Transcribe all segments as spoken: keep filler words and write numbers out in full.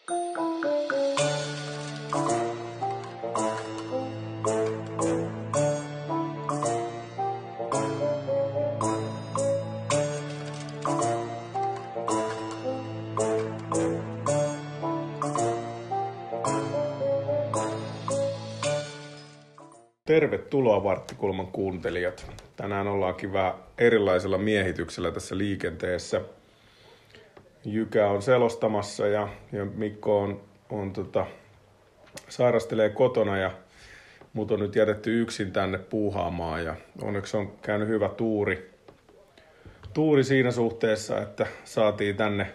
Tervetuloa Varttikulman kuuntelijat. Tänään ollaankin vähän erilaisella miehityksellä tässä liikenteessä. Jykä on selostamassa ja, ja Mikko on, on tota, sairastelee kotona ja mut on nyt jätetty yksin tänne puuhaamaan ja onneksi on käynyt hyvä tuuri. Tuuri siinä suhteessa, että saatiin tänne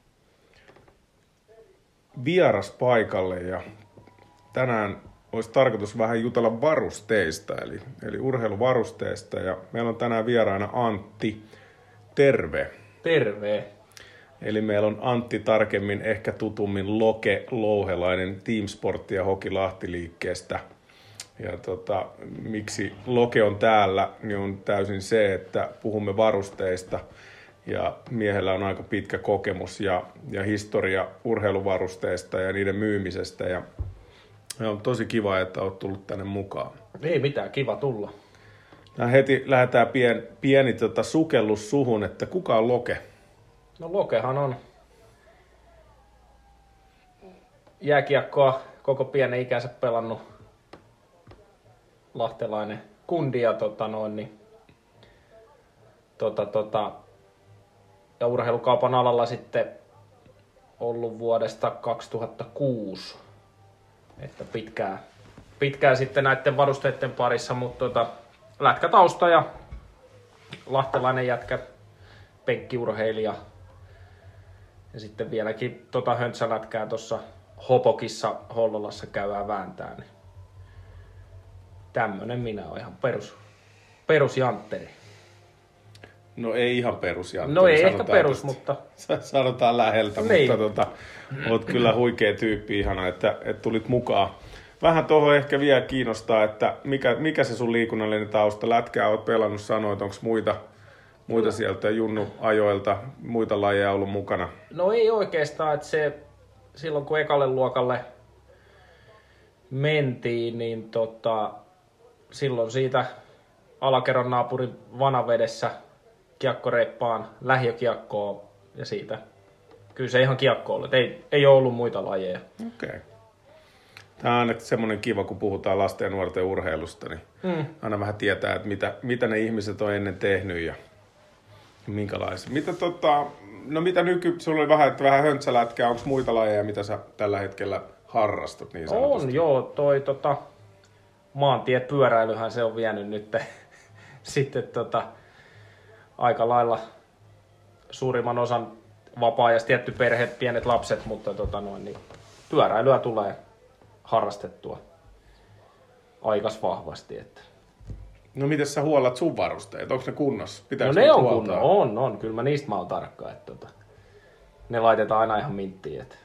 vieras paikalle ja tänään olisi tarkoitus vähän jutella varusteista, eli, eli urheiluvarusteista. Ja meillä on tänään vieraana Antti. Terve. Terve. Eli meillä on Antti tarkemmin, ehkä tutummin Loke Louhelainen Team Sport ja Hoki Lahti-liikkeestä. Ja tota, miksi Loke on täällä, niin on täysin se, että puhumme varusteista. Ja miehellä on aika pitkä kokemus ja, ja historia urheiluvarusteista ja niiden myymisestä. Ja Ja on tosi kiva, että olet tullut tänne mukaan. Ei mitään, kiva tulla. Ja heti lähdetään pien, pieni tota, sukellus suhun, että kuka on Loke? No Lokehan on jääkiekkoa koko pienen ikänsä pelannut lahtelainen kundi ja, tota noin, niin, tota, tota, ja urheilukaupan alalla sitten ollut vuodesta kaksituhattakuusi. Että pitkään, pitkään sitten näiden varusteiden parissa, mutta tota, lätkätausta ja lahtelainen jätkä, penkkiurheilija. Ja sitten vieläkin tota höntsälätkää tuossa Hopokissa Hollolassa käydään vääntää. Niin tämmönen minä olen ihan perus, perusjantteri. No ei ihan perusjantteri. No ei ehkä perus, tästä, mutta sanotaan läheltä, niin. Mutta tota, oot kyllä huikea tyyppi, ihana, että, että tulit mukaan. Vähän tuohon ehkä vielä kiinnostaa, että mikä, mikä se sun liikunnallinen tausta, lätkää oot pelannut, sanoit, onko muita, muita sieltä Junnu ajoilta, muita lajeja ollut mukana? No ei oikeastaan, että se silloin kun ekalle luokalle mentiin, niin tota, silloin siitä alakerran naapurin Vanavedessä kiekkoreippaan lähiökiekkoon ja siitä. Kyllä se ihan kiekko ollut. Ei, ei ole ollut muita lajeja. Okei. Okay. Tämä on aina semmoinen kiva, kun puhutaan lasten ja nuorten urheilusta, niin mm. aina vähän tietää, että mitä, mitä ne ihmiset on ennen tehnyt ja minkälaisia. Mitä, tota, no mitä nyky, sulla oli vähän, että vähän höntsälätkää, onko muita lajeja, mitä sä tällä hetkellä harrastat niin sanotusti? On joo, toi tota, maantiepyöräilyhän se on vienyt nyt sitten tota, aika lailla suurimman osan vapaa-ajasta, tietty perheet, pienet lapset, mutta tota noin, niin pyöräilyä tulee harrastettua aikas vahvasti. Että. No miten sä huollat sun varusteet? Onko ne kunnossa? Pitääkö no ne on kunnossa, on, on. Kyllä mä niistä mä oon tarkka. Että tota, ne laitetaan aina ihan minttiin. Että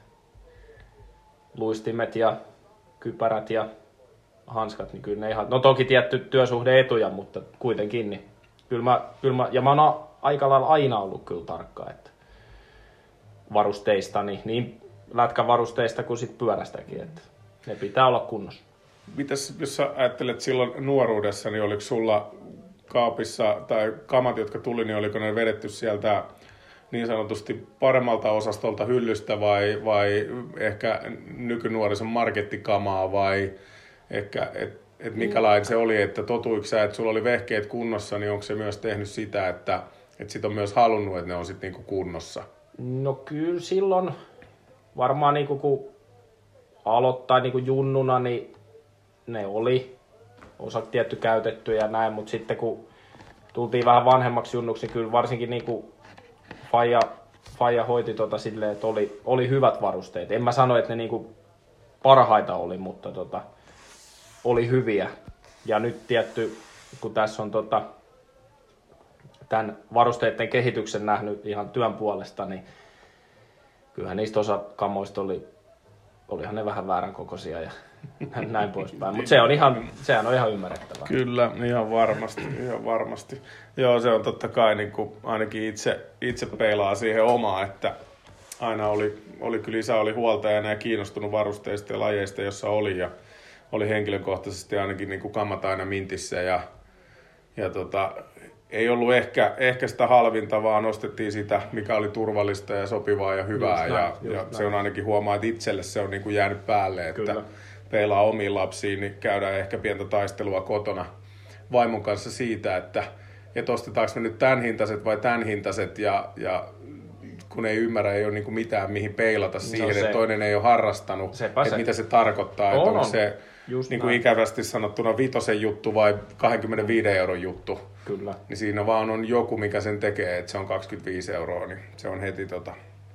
luistimet ja kypärät ja hanskat, niin kyllä ne ihan, no toki tietty työsuhde-etuja, mutta kuitenkin, niin kyllä mä, kyllä mä, ja mä oon aika lailla aina ollut kyllä tarkka, että varusteista, niin, niin lätkävarusteista kuin sit pyörästäkin, että ne pitää olla kunnossa. Mitäs, jos sä ajattelet silloin nuoruudessa, niin oliko sulla kaapissa tai kamat, jotka tuli, niin oliko ne vedetty sieltä niin sanotusti paremmalta osastolta hyllystä vai, vai ehkä nykynuorison markettikamaa vai ehkä, et, et mikälainen se oli, että totuiko sä, että sulla oli vehkeet kunnossa, niin onko se myös tehnyt sitä, että et sit on myös halunnut, että ne on sitten niinku kunnossa? No kyllä silloin varmaan niinku kun aloittaa niinku junnuna, niin ne oli osa tietty käytetty ja näin, mutta sitten kun tultiin vähän vanhemmaksi junnuksi, niin kyllä varsinkin niinku faija, faija hoiti tota silleen, että oli, oli hyvät varusteet. En mä sano, että ne niinku parhaita oli, mutta tota, oli hyviä. Ja nyt tietty, kun tässä on tota, tämän varusteiden kehityksen nähnyt ihan työn puolesta, niin kyllähän niistä osa kamoista oli, olihan ne vähän väärän kokoisia ja näin poispäin. Mutta se on ihan, sehän on ihan ymmärrettävää. Kyllä, ihan varmasti, ihan varmasti. Joo, se on totta kai, niin kuin ainakin itse, itse peilaa siihen omaa, että aina oli, oli kyllä isä oli huoltajana ja kiinnostunut varusteista ja lajeista, jossa oli. Ja oli henkilökohtaisesti ainakin niin kuin kammat aina mintissä. Ja, ja tota, ei ollut ehkä, ehkä sitä halvinta, vaan nostettiin sitä, mikä oli turvallista ja sopivaa ja hyvää. Just näin, ja, ja se on ainakin huomaa, että itselle se on niin kuin jäänyt päälle, että kyllä. Peilaa omiin lapsiin, niin käydään ehkä pientä taistelua kotona vaimon kanssa siitä, että että ostetaanko me nyt tämän hintaiset vai tämän hintaiset, ja, ja kun ei ymmärrä, ei ole niin kuin mitään mihin peilata siihen, no se, että toinen ei ole harrastanut, että se. Mitä se tarkoittaa, on, että onko on. Se niin kuin ikävästi sanottuna vitosen juttu vai kaksikymmentäviisi euron juttu. Kyllä. Niin siinä vaan on joku, mikä sen tekee, että se on kaksikymmentäviisi euroa, niin se on heti, tota,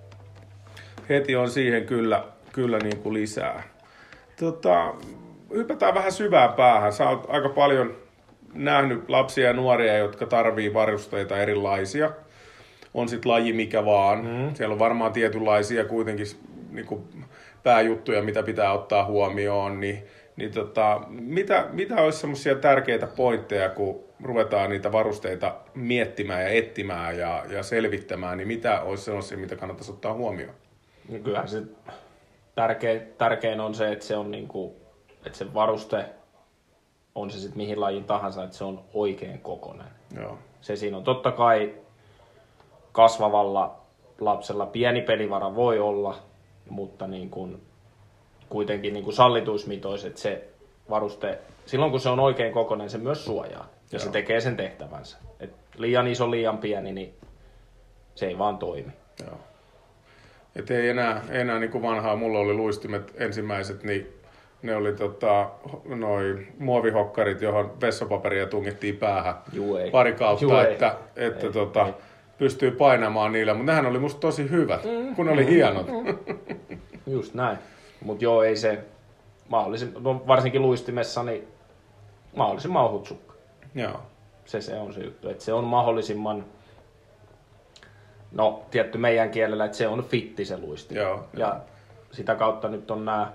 heti on siihen kyllä, kyllä niin kuin lisää. Tota, hypätään vähän syvään päähän. Sä oot aika paljon nähnyt lapsia ja nuoria, jotka tarvii varusteita erilaisia. On sitten laji mikä vaan. Mm. Siellä on varmaan tietynlaisia kuitenkin niin kuin pääjuttuja, mitä pitää ottaa huomioon. Niin, niin tota, mitä, mitä olisi semmoisia tärkeitä pointteja, kun ruvetaan niitä varusteita miettimään ja etsimään ja, ja selvittämään, niin mitä olisi sellaisia, mitä kannattaisi ottaa huomioon? No kyllähän se tärkein, tärkein on se, että se on niin kuin, että se varuste on se sitten mihin lajin tahansa, että se on oikein kokoinen. Joo. Se siinä on totta kai kasvavalla lapsella pieni pelivara voi olla, mutta niin kuin, kuitenkin niin kuin sallituismitois, että se varuste, silloin kun se on oikein kokoinen, se myös suojaa. Ja Joo. se tekee sen tehtävänsä. Et liian iso, liian pieni, niin se ei vaan toimi. Joo. Et ei enää, enää niin kuin vanhaa, mulla oli luistimet ensimmäiset, niin ne oli tota, noi muovihokkarit, johon vessapaperia tungittiin päähän Juu, ei. pari kautta, Juu, että, ei. että ei, tota, ei. pystyy painamaan niillä. Mutta nehän oli musta tosi hyvät, mm, kun ne oli mm, hienot. Mm. Just näin. Mutta joo, ei se mahdollisimman, no varsinkin luistimessa, niin mahdollisimman ohut sukka. Joo. Se, se on se juttu, että se on mahdollisimman, no tietty meidän kielellä, että se on fitti se luisti. Joo, ja joo. Sitä kautta nyt on nämä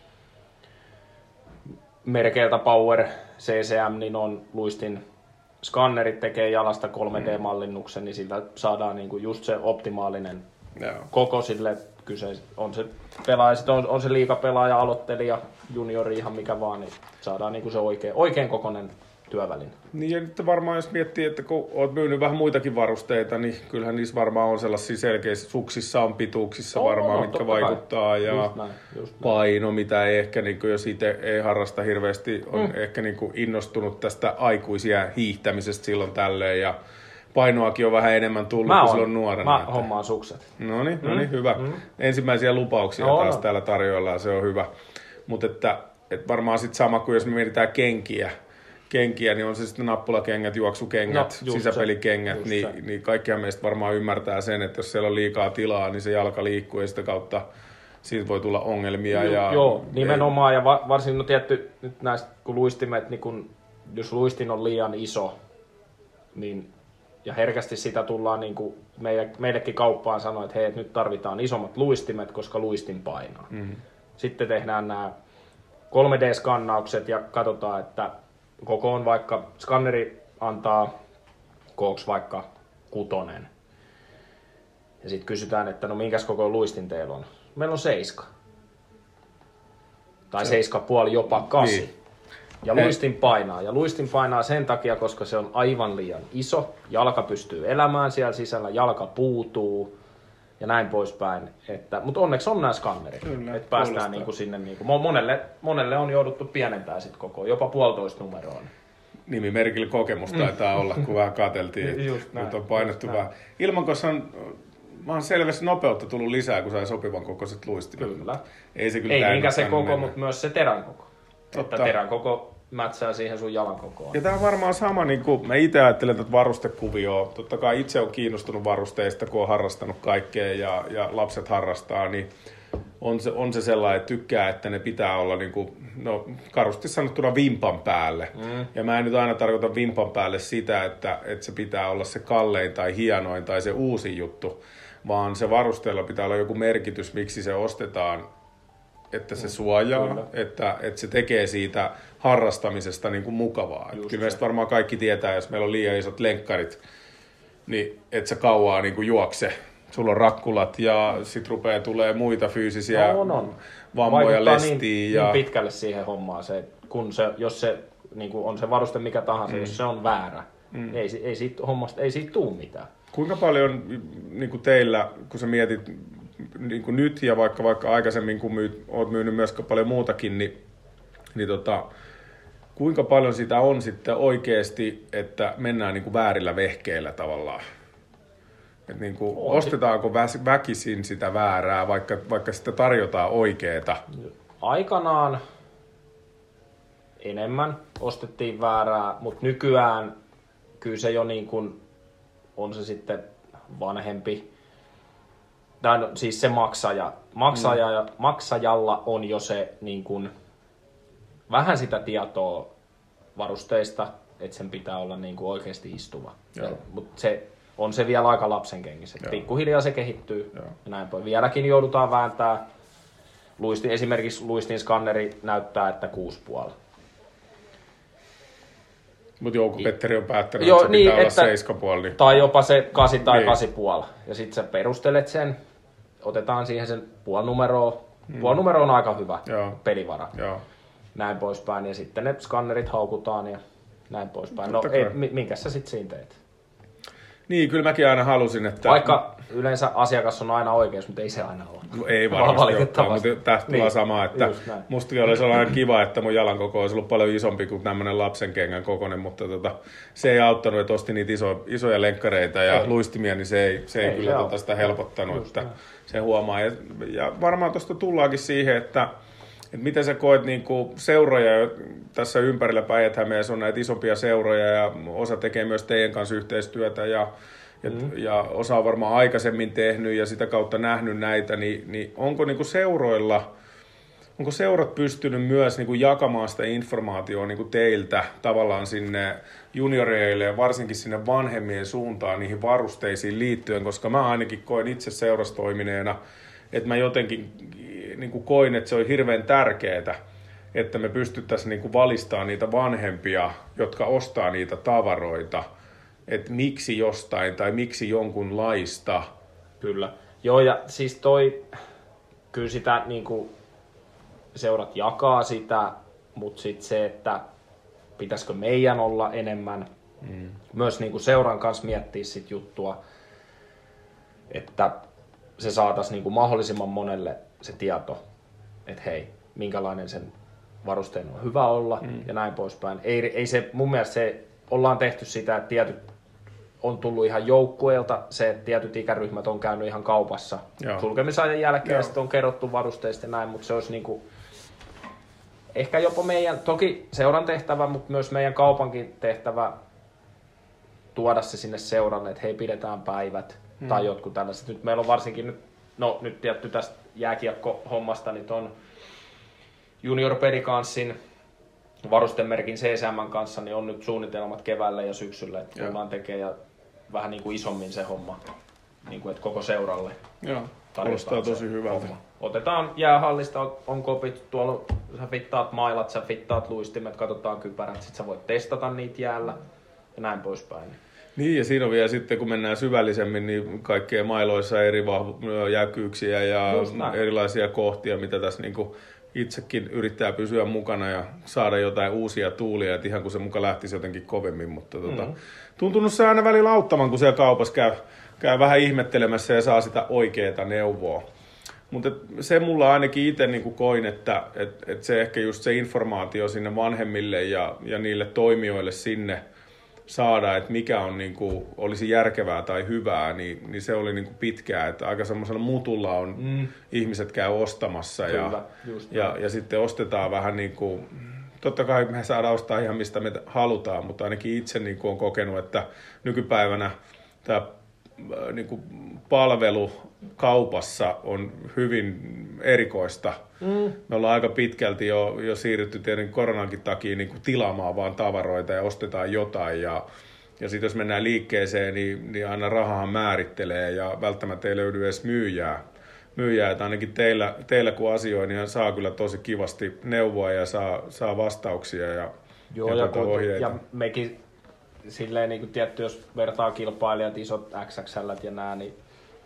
merkeiltä Power, C C M, niin on luistin skannerit tekee jalasta kolme D-mallinnuksen, niin sillä saadaan niinku just se optimaalinen Joo. koko sille kyseis. On se pelaaja, on, on se liigapelaaja, aloittelija, juniori, ihan mikä vaan, niin saadaan niinku se oikein, oikein kokoinen työväline. Niin ja nyt varmaan jos miettii, että kun olet myynyt vähän muitakin varusteita, niin kyllähän niissä varmaan on sellaisia selkeissä, suksissa on pituuksissa on, varmaan, on, mitkä vaikuttaa kai. ja just näin, just paino, mitä ei ehkä, niin jos itse ei harrasta hirveästi, on mm. ehkä niin kuin innostunut tästä aikuisia hiihtämisestä silloin tälleen ja painoakin on vähän enemmän tullut mä kuin on, silloin nuorena. Mä että... hommaan sukset. No niin, no niin mm. hyvä. Mm. Ensimmäisiä lupauksia no, taas no. täällä tarjoillaan, se on hyvä. Mutta että, että varmaan sitten sama kuin jos me mietitään kenkiä, kenkiä, niin on se sitten nappulakengät, juoksukengät, no, sisäpelikengät, niin, niin kaikkihan meistä varmaan ymmärtää sen, että jos siellä on liikaa tilaa, niin se jalka liikkuu ja sitä kautta siitä voi tulla ongelmia. Jo, ja, joo, nimenomaan ja va, varsin no tietty nyt näistä kun luistimet, niin kun, jos luistin on liian iso, niin ja herkästi sitä tullaan niin kuin meille, meillekin kauppaan sanoa, että hei, että nyt tarvitaan isommat luistimet, koska luistin painaa. Mm-hmm. Sitten tehdään nämä kolme D-skannaukset ja katsotaan, että koko on vaikka, skanneri antaa kooksi vaikka kutonen. Ja sitten kysytään, että no minkäs koko luistin teillä on? Meillä on seiska. Tai se seiska puoli, jopa kasi. Niin. Ja luistin painaa. Ja luistin painaa sen takia, koska se on aivan liian iso. Jalka pystyy elämään siellä sisällä, jalka puutuu ja näin poispäin. Että, mutta onneksi on nämä skannerit, Kyllä, että päästään niinku sinne. Niinku, monelle, monelle on jouduttu pienentää sit koko, jopa puolitoista numeroon. Nimimerkillä kokemus taitaa olla, kun vähän katseltiin, että nyt on painettu vähän. Ilmankossa on selvästi nopeutta tullut lisää, kun sai sopivan kokoiset luistimet. Kyllä. Ei se kyllä Ei minkä se koko, mennä. Mutta myös se terän koko. Totta. Että terän koko mätsää siihen sun jalan kokoon. Ja tämä on varmaan sama, niin kuin mä itse ajattelen tätä varustekuvioa. Totta kai itse on kiinnostunut varusteista, kun on harrastanut kaikkea ja, ja lapset harrastaa, niin on se, on se sellainen, että tykkää, että ne pitää olla niin kuin, no, karusti sanottuna vimpan päälle. Mm. Ja mä en nyt aina tarkoita vimpan päälle sitä, että, että se pitää olla se kallein tai hienoin tai se uusi juttu, vaan se varusteella pitää olla joku merkitys, miksi se ostetaan, että se suojaa, mm, että, että se tekee siitä harrastamisesta niin kuin mukavaa. Kyllä meistä varmaan kaikki tietää, jos meillä on liian isot lenkkarit, niin et sä kauaa niin kuin juokse sulla on rakkulat ja sit rupeaa tulee muita fyysisiä no, on, on. vammoja, lestiin. Niin, ja... niin pitkälle siihen hommaan se, kun se, jos se niin kuin on se varuste mikä tahansa, mm. jos se on väärä, mm. niin ei, ei siitä hommasta ei siitä tule mitään. Kuinka paljon niin kuin teillä, kun sä mietit niin kuin nyt ja vaikka, vaikka aikaisemmin, kun myyt, oot myynyt myös paljon muutakin, niin, niin tota, kuinka paljon sitä on sitten oikeasti, että mennään niin kuin väärillä vehkeillä tavallaan? Et niin kuin, ostetaanko väkisin sitä väärää, vaikka, vaikka sitä tarjotaan oikeeta? Aikanaan enemmän ostettiin väärää, mutta nykyään kyllä se jo niin kuin on se sitten vanhempi, tai no, siis se maksaja. Maksaja mm. Maksajalla on jo se niin kuin, vähän sitä tietoa varusteista, että sen pitää olla niin kuin oikeasti istuva. Mutta se on se vielä aika lapsen kengissä. Pikkuhiljaa se kehittyy Joo. ja näin pois. Vieläkin joudutaan vääntää. Luistin, esimerkiksi luistin skanneri näyttää, että kuusi puoli. Mutta Jouko-Petteri on päättänyt, Joo, että se niin, pitää että, olla seitsemän puoli. Niin... Tai jopa se kasi tai niin. kasi puoli. Ja sitten sä perustelet sen, otetaan siihen sen puolinumeroa. Hmm. Puolinumero on aika hyvä Joo. pelivara. Joo. Näin poispäin. Ja sitten ne skannerit haukutaan ja näin poispäin. No ei, minkä sä sitten siinä teet? Niin, kyllä mäkin aina halusin, että... Vaikka yleensä asiakas on aina oikeus, mutta ei se aina ole. No, ei varmasti olekaan, mutta tästä tulee niin, sama, että mustakin olisi aina kiva, että mun jalan koko olisi ollut paljon isompi kuin tämmöinen lapsen kengän kokoinen, mutta tota, se ei auttanut, että osti niitä iso, isoja lenkkareita ja ei. luistimia, niin se ei, se ei, ei kyllä se tota sitä helpottanut, Just että näin. se huomaa. Ja, ja varmaan tuosta tullaankin siihen, että että miten sä koet niin kuin seuroja, tässä ympärillä Päijät-Hämeessä on näitä isompia seuroja ja osa tekee myös teidän kanssa yhteistyötä ja, ja, mm. ja osa on varmaan aikaisemmin tehnyt ja sitä kautta nähnyt näitä, niin, niin onko niin kuin seuroilla, onko seurat pystynyt myös niin kuin jakamaan sitä informaatiota niin kuin teiltä tavallaan sinne junioreille ja varsinkin sinne vanhemmien suuntaan niihin varusteisiin liittyen, koska mä ainakin koen itse seurastoimineena, että mä jotenkin niin kuin koin, että se on hirveän tärkeää, että me pystyttäisiin niin kuin valistamaan niitä vanhempia, jotka ostaa niitä tavaroita, että miksi jostain tai miksi jonkunlaista. Kyllä. Joo, ja siis toi, kyllä sitä niin kuin seurat jakaa sitä, mutta sitten se, että pitäisikö meidän olla enemmän, mm. myös niin kuin seuran kanssa miettiä sit juttua, että se saataisiin niin kuin mahdollisimman monelle se tieto, että hei, minkälainen sen varusteen on hyvä olla mm. ja näin poispäin. Ei, ei se, mun mielestä se, ollaan tehty sitä, että tietyt on tullut ihan joukkueelta, se, että tietyt ikäryhmät on käynyt ihan kaupassa Joo. sulkemisajan jälkeen Joo. ja sitten on kerrottu varusteista ja näin, mutta se olisi niinku, ehkä jopa meidän, toki seuran tehtävä, mutta myös meidän kaupankin tehtävä tuoda se sinne seuralle, että hei, pidetään päivät mm. tai jotkut tällaiset. Nyt meillä on varsinkin nyt No nyt tietty tästä jääkiekko-hommasta, niin on Junior Pedikanssin varustemerkin C S M:n kanssa, niin on nyt suunnitelmat keväällä ja syksyllä, että tullaan tekemään ja vähän niin kuin isommin se homma, niin kuin, että koko seuralle. Joo, kuulostaa tosi hyvältä. Homma. Otetaan jäähallista, on kopit, tuolla sä fittaat mailat, sä fittaat luistimet, katsotaan kypärät, sit sä voit testata niitä jäällä ja näin poispäin. Niin, ja siinä on vielä sitten, kun mennään syvällisemmin, niin kaikkea mailoissa eri vahv- jäkyyksiä ja erilaisia kohtia, mitä tässä niin kuin itsekin yrittää pysyä mukana ja saada jotain uusia tuulia, että ihan kun se muka lähtisi jotenkin kovemmin, mutta tota, mm-hmm. tuntunut se aina välillä auttamaan, kun siellä kaupassa käy, käy vähän ihmettelemässä ja saa sitä oikeaa neuvoa. Mutta se mulla ainakin itse niin koin, että et, et se ehkä just se informaatio sinne vanhemmille ja, ja niille toimijoille sinne saada, että mikä on, niin kuin, olisi järkevää tai hyvää, niin, niin se oli niin kuin pitkää, että aika semmoisella mutulla on mm. ihmiset käy ostamassa ja, ja, ja sitten ostetaan vähän niin kuin, totta kai me saadaan ostaa ihan mistä me halutaan, mutta ainakin itse niin kuin on kokenut, että nykypäivänä tämä niin kuin palvelu kaupassa on hyvin erikoista. Mm. Me ollaan aika pitkälti jo, jo siirrytty tietenkin koronankin takia niin kuin tilaamaan vaan tavaroita ja ostetaan jotain. Ja, ja sitten jos mennään liikkeeseen, niin, niin aina rahahan määrittelee ja välttämättä ei löydy edes myyjää. myyjää. Että ainakin teillä, teillä kun asioi, niin saa kyllä tosi kivasti neuvoa ja saa, saa vastauksia ja, Joo, ja, ja, ohjeita. Ja mekin silleen, niin kuin tietty, jos vertaa kilpailijat, isot X X L ja nää, niin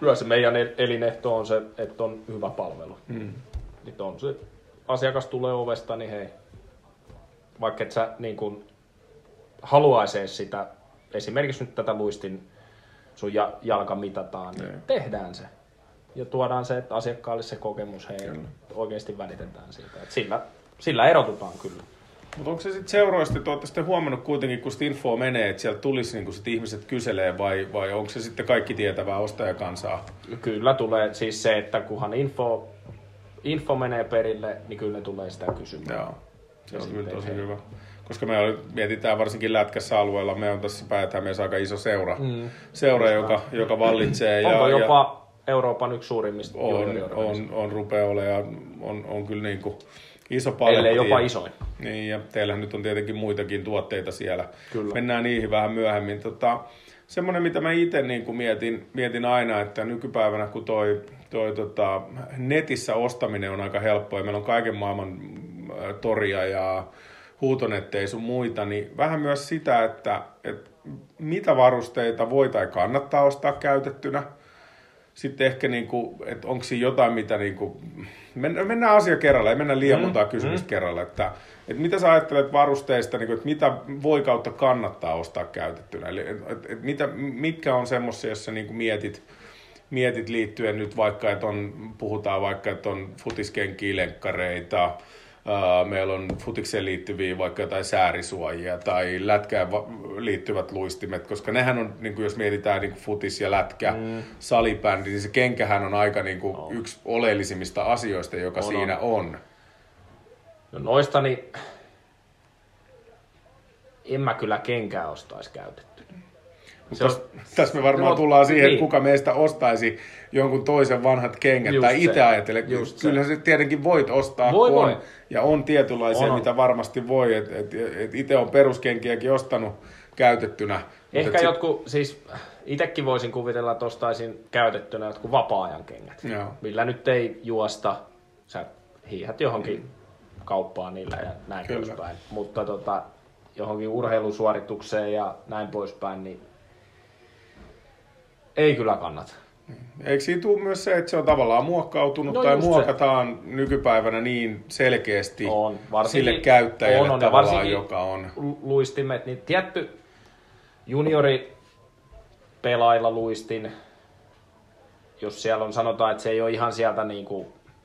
kyllä se meidän elinehto on se, että on hyvä palvelu. Mm. Nyt on se, asiakas tulee ovesta, niin hei, vaikka et sä niin kun haluaisi sitä, esimerkiksi nyt tätä luistin sun jalka mitataan, niin mm. tehdään se. Ja tuodaan se, että asiakkaalle se kokemus, hei, kyllä. Oikeasti välitetään siitä. Et sillä, sillä erotutaan kyllä. Mutta onko se sitten seuroista, että olette sitten huomannut kuitenkin, kun sitä infoa menee, että sieltä tulisi niin sit ihmiset kyselee, vai, vai onko se sitten kaikki tietävää ostajakansaa? Kyllä tulee siis se, että kunhan info, info menee perille, niin kyllä ne tulee sitä kysymään. Joo, se on kyllä tosi hyvä. Koska me oli, mietitään varsinkin Lätkässä alueella, me on tässä Päijät-Hämeessä aika iso seura, mm. seura joka, joka vallitsee. Onko ja, jopa ja Euroopan yksi suurimmista on, on, on rupeaa olemaan, on, on kyllä niin kuin iso paletti. Ellei jopa isoin. Niin, ja teillähän nyt on tietenkin muitakin tuotteita siellä. Kyllä. Mennään niihin vähän myöhemmin. Tota, semmoinen, mitä mä itse niin kuin mietin, mietin aina, että nykypäivänä kun toi, toi tota, netissä ostaminen on aika helppoa, ja meillä on kaiken maailman toria ja huutonettejä sun muita, niin vähän myös sitä, että, että mitä varusteita voi tai kannattaa ostaa käytettynä. Sitten ehkä, niin kuin, että onko siinä jotain, mitä niin kuin, mennään asia kerralla, ei mennä liian montaa kysymystä mm. kerralla. Että, että mitä sä ajattelet varusteista, niin kuin, että mitä voi kautta kannattaa ostaa käytettynä? Eli että, että mitä, mitkä on semmoisia, jos sä niin kuin mietit, mietit liittyen nyt vaikka, että on, puhutaan vaikka, että on futiskenkiä, lenkkareita, Uh, meillä on futikseen liittyviä vaikka jotain säärisuojia tai lätkään liittyvät luistimet, koska nehän on, niin kuin jos mietitään niin kuin futis ja lätkä, mm. salibändi, niin se kenkähän on aika niin kuin oh. yksi oleellisimmista asioista, joka on, siinä on. on. No noista niin en mä kyllä kenkää ostaisi käytetty. Tässä täs me varmaan tullaan siihen, niin. Että kuka meistä ostaisi jonkun toisen vanhat kengät. Just tai itse ajattelee, kyllä se tietenkin voit ostaa, voi, voi. On, ja on tietynlaisia, on, mitä varmasti voi. Et, et, et itse on peruskenkiäkin ostanut käytettynä. Ehkä et jotkut, sit... siis itsekin voisin kuvitella, että ostaisin käytettynä jotkut vapaa-ajan kengät. Joo. Millä nyt ei juosta, sä hiihät johonkin mm. kauppaan niillä ja näin kyllä. poispäin. Mutta tota, johonkin urheilusuoritukseen ja näin poispäin, niin ei kyllä kannata. Eikö siinä tule myös se, että se on tavallaan muokkautunut no tai muokataan se. Nykypäivänä niin selkeästi on, sille käyttäjälle on, on, tavallaan, joka on? Luistimet, niin tietty junioripelailla luistin, jos siellä on sanotaan, että se ei ole ihan sieltä niin kuin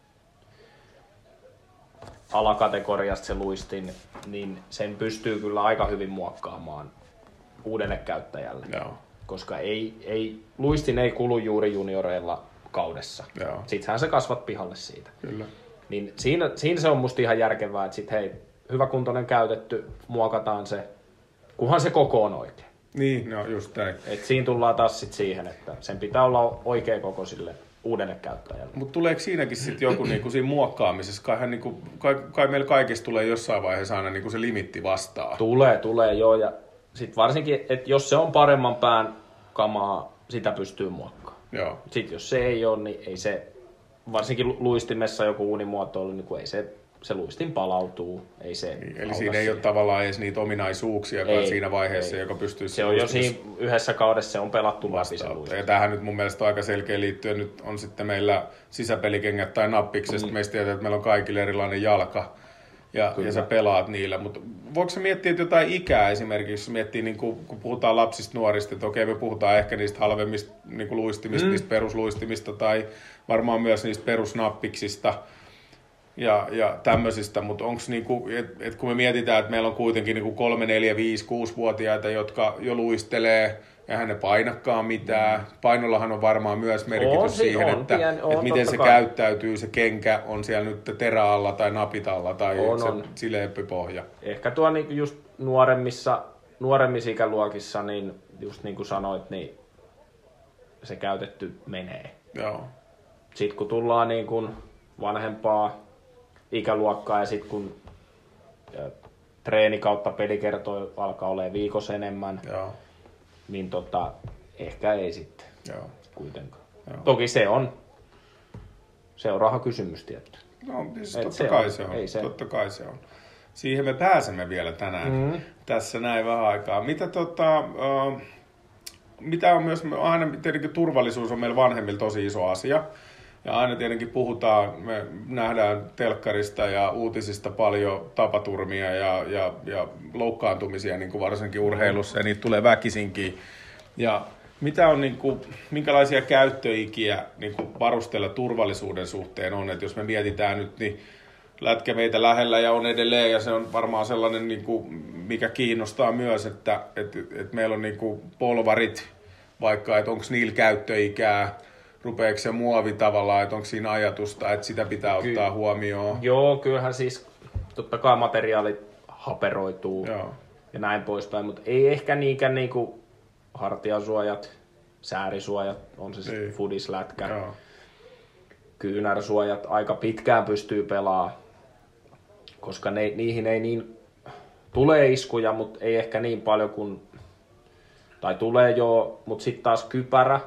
alakategoriasta se luistin, niin sen pystyy kyllä aika hyvin muokkaamaan uudelle käyttäjälle. Joo. Koska ei, ei, luistin ei kulu juuri junioreilla kaudessa. Joo. Sittenhän se kasvat pihalle siitä. Kyllä. Niin siinä, siinä se on musta ihan järkevää, että sit hei, hyväkuntoinen käytetty, muokataan se, kunhan se koko on oikein. Niin, no just näin. Et siinä tullaan taas sit siihen, että sen pitää olla oikea koko sille uudelle käyttäjälle. Mutta tuleeko siinäkin sitten joku niinku siinä muokkaamisessa? Kaihan niinku, kai, kai meillä kaikissa tulee jossain vaiheessa aina niinku se limitti vastaan. Tulee, tulee joo. Ja sitten varsinkin, että jos se on paremman pään kamaa, sitä pystyy muokkaamaan. Joo. Sitten jos se ei ole, niin ei se, varsinkin luistimessa joku uunimuotoilu, niin ei se, se luistin palautuu. Ei se niin, eli siinä ei siihen. Ole tavallaan edes niitä ominaisuuksia siinä vaiheessa, ei. Joka pystyy... Se on jo siinä yhdessä kaudessa, se on pelattu läpi se luistin. Ja tämähän nyt mun mielestä on aika selkeä liittyen. Nyt on sitten meillä sisäpelikengät tai nappiksesta. Mm. Meistä tietää, että meillä on kaikille erilainen jalka. Ja, ja sä pelaat niillä, mutta voiko sä miettiä, että jotain ikää esimerkiksi, miettii, niin kun, kun puhutaan lapsista, nuorista, että okei, me puhutaan ehkä niistä halvemmista niin kuin luistimista, mm. niistä perusluistimista tai varmaan myös niistä perusnappiksista ja, ja tämmöisistä, mutta onko niin kuin, että et kun me mietitään, että meillä on kuitenkin niin kuin kolme, neljä, viisi, kuusi-vuotiaita, jotka jo luistelee, eihän ne painakaan mitään. Mm. Painollahan on varmaan myös merkitys on, siihen, on, että, pien, on, että miten se kai. Käyttäytyy, se kenkä on siellä nyt teräalla tai napitalla tai on, se on. Sileämpi pohja. Ehkä tuo niin just nuoremmissa, nuoremmissa ikäluokissa, niin just niin kuin sanoit, niin se käytetty menee. Joo. Sitten kun tullaan niin kuin vanhempaa ikäluokkaa ja sitten kun ja, treeni kautta pelikertoja alkaa olemaan viikossa enemmän, joo. niin tota, ehkä ei sitten joo. kuitenkaan. Joo. Toki se on, se on rahakysymys tietty. No siis totta, se kai on, se on, se. totta kai se on. Siihen me pääsemme vielä tänään mm-hmm. tässä näin vähän aikaa. Mitä tota, uh, mitä on myös, aina tietenkin turvallisuus on meillä vanhemmilla tosi iso asia. Ja aina tietenkin puhutaan, me nähdään telkkarista ja uutisista paljon tapaturmia ja, ja, ja loukkaantumisia, niin kuin varsinkin urheilussa, ja niitä tulee väkisinkin. Ja mitä on, niin kuin, minkälaisia käyttöikiä niin kuin varusteilla turvallisuuden suhteen on, että jos me mietitään nyt, niin lätkä meitä lähellä ja on edelleen, ja se on varmaan sellainen, niin kuin, mikä kiinnostaa myös, että, että, että meillä on niin kuin polvarit, vaikka, että onko niillä käyttöikää, rupeeko se muovi tavallaan, että onko siinä ajatusta, että sitä pitää Ky- ottaa huomioon? Joo, kyllähän siis totta kai materiaalit haperoituu Joo. ja näin poispäin, mutta ei ehkä niinkään niinku hartiasuojat, säärisuojat, on se sitten fudislätkä, Joo. kyynärsuojat aika pitkään pystyy pelaamaan, koska ne, niihin ei niin tulee iskuja, mutta ei ehkä niin paljon kuin, tai tulee jo, mutta sitten taas kypärä.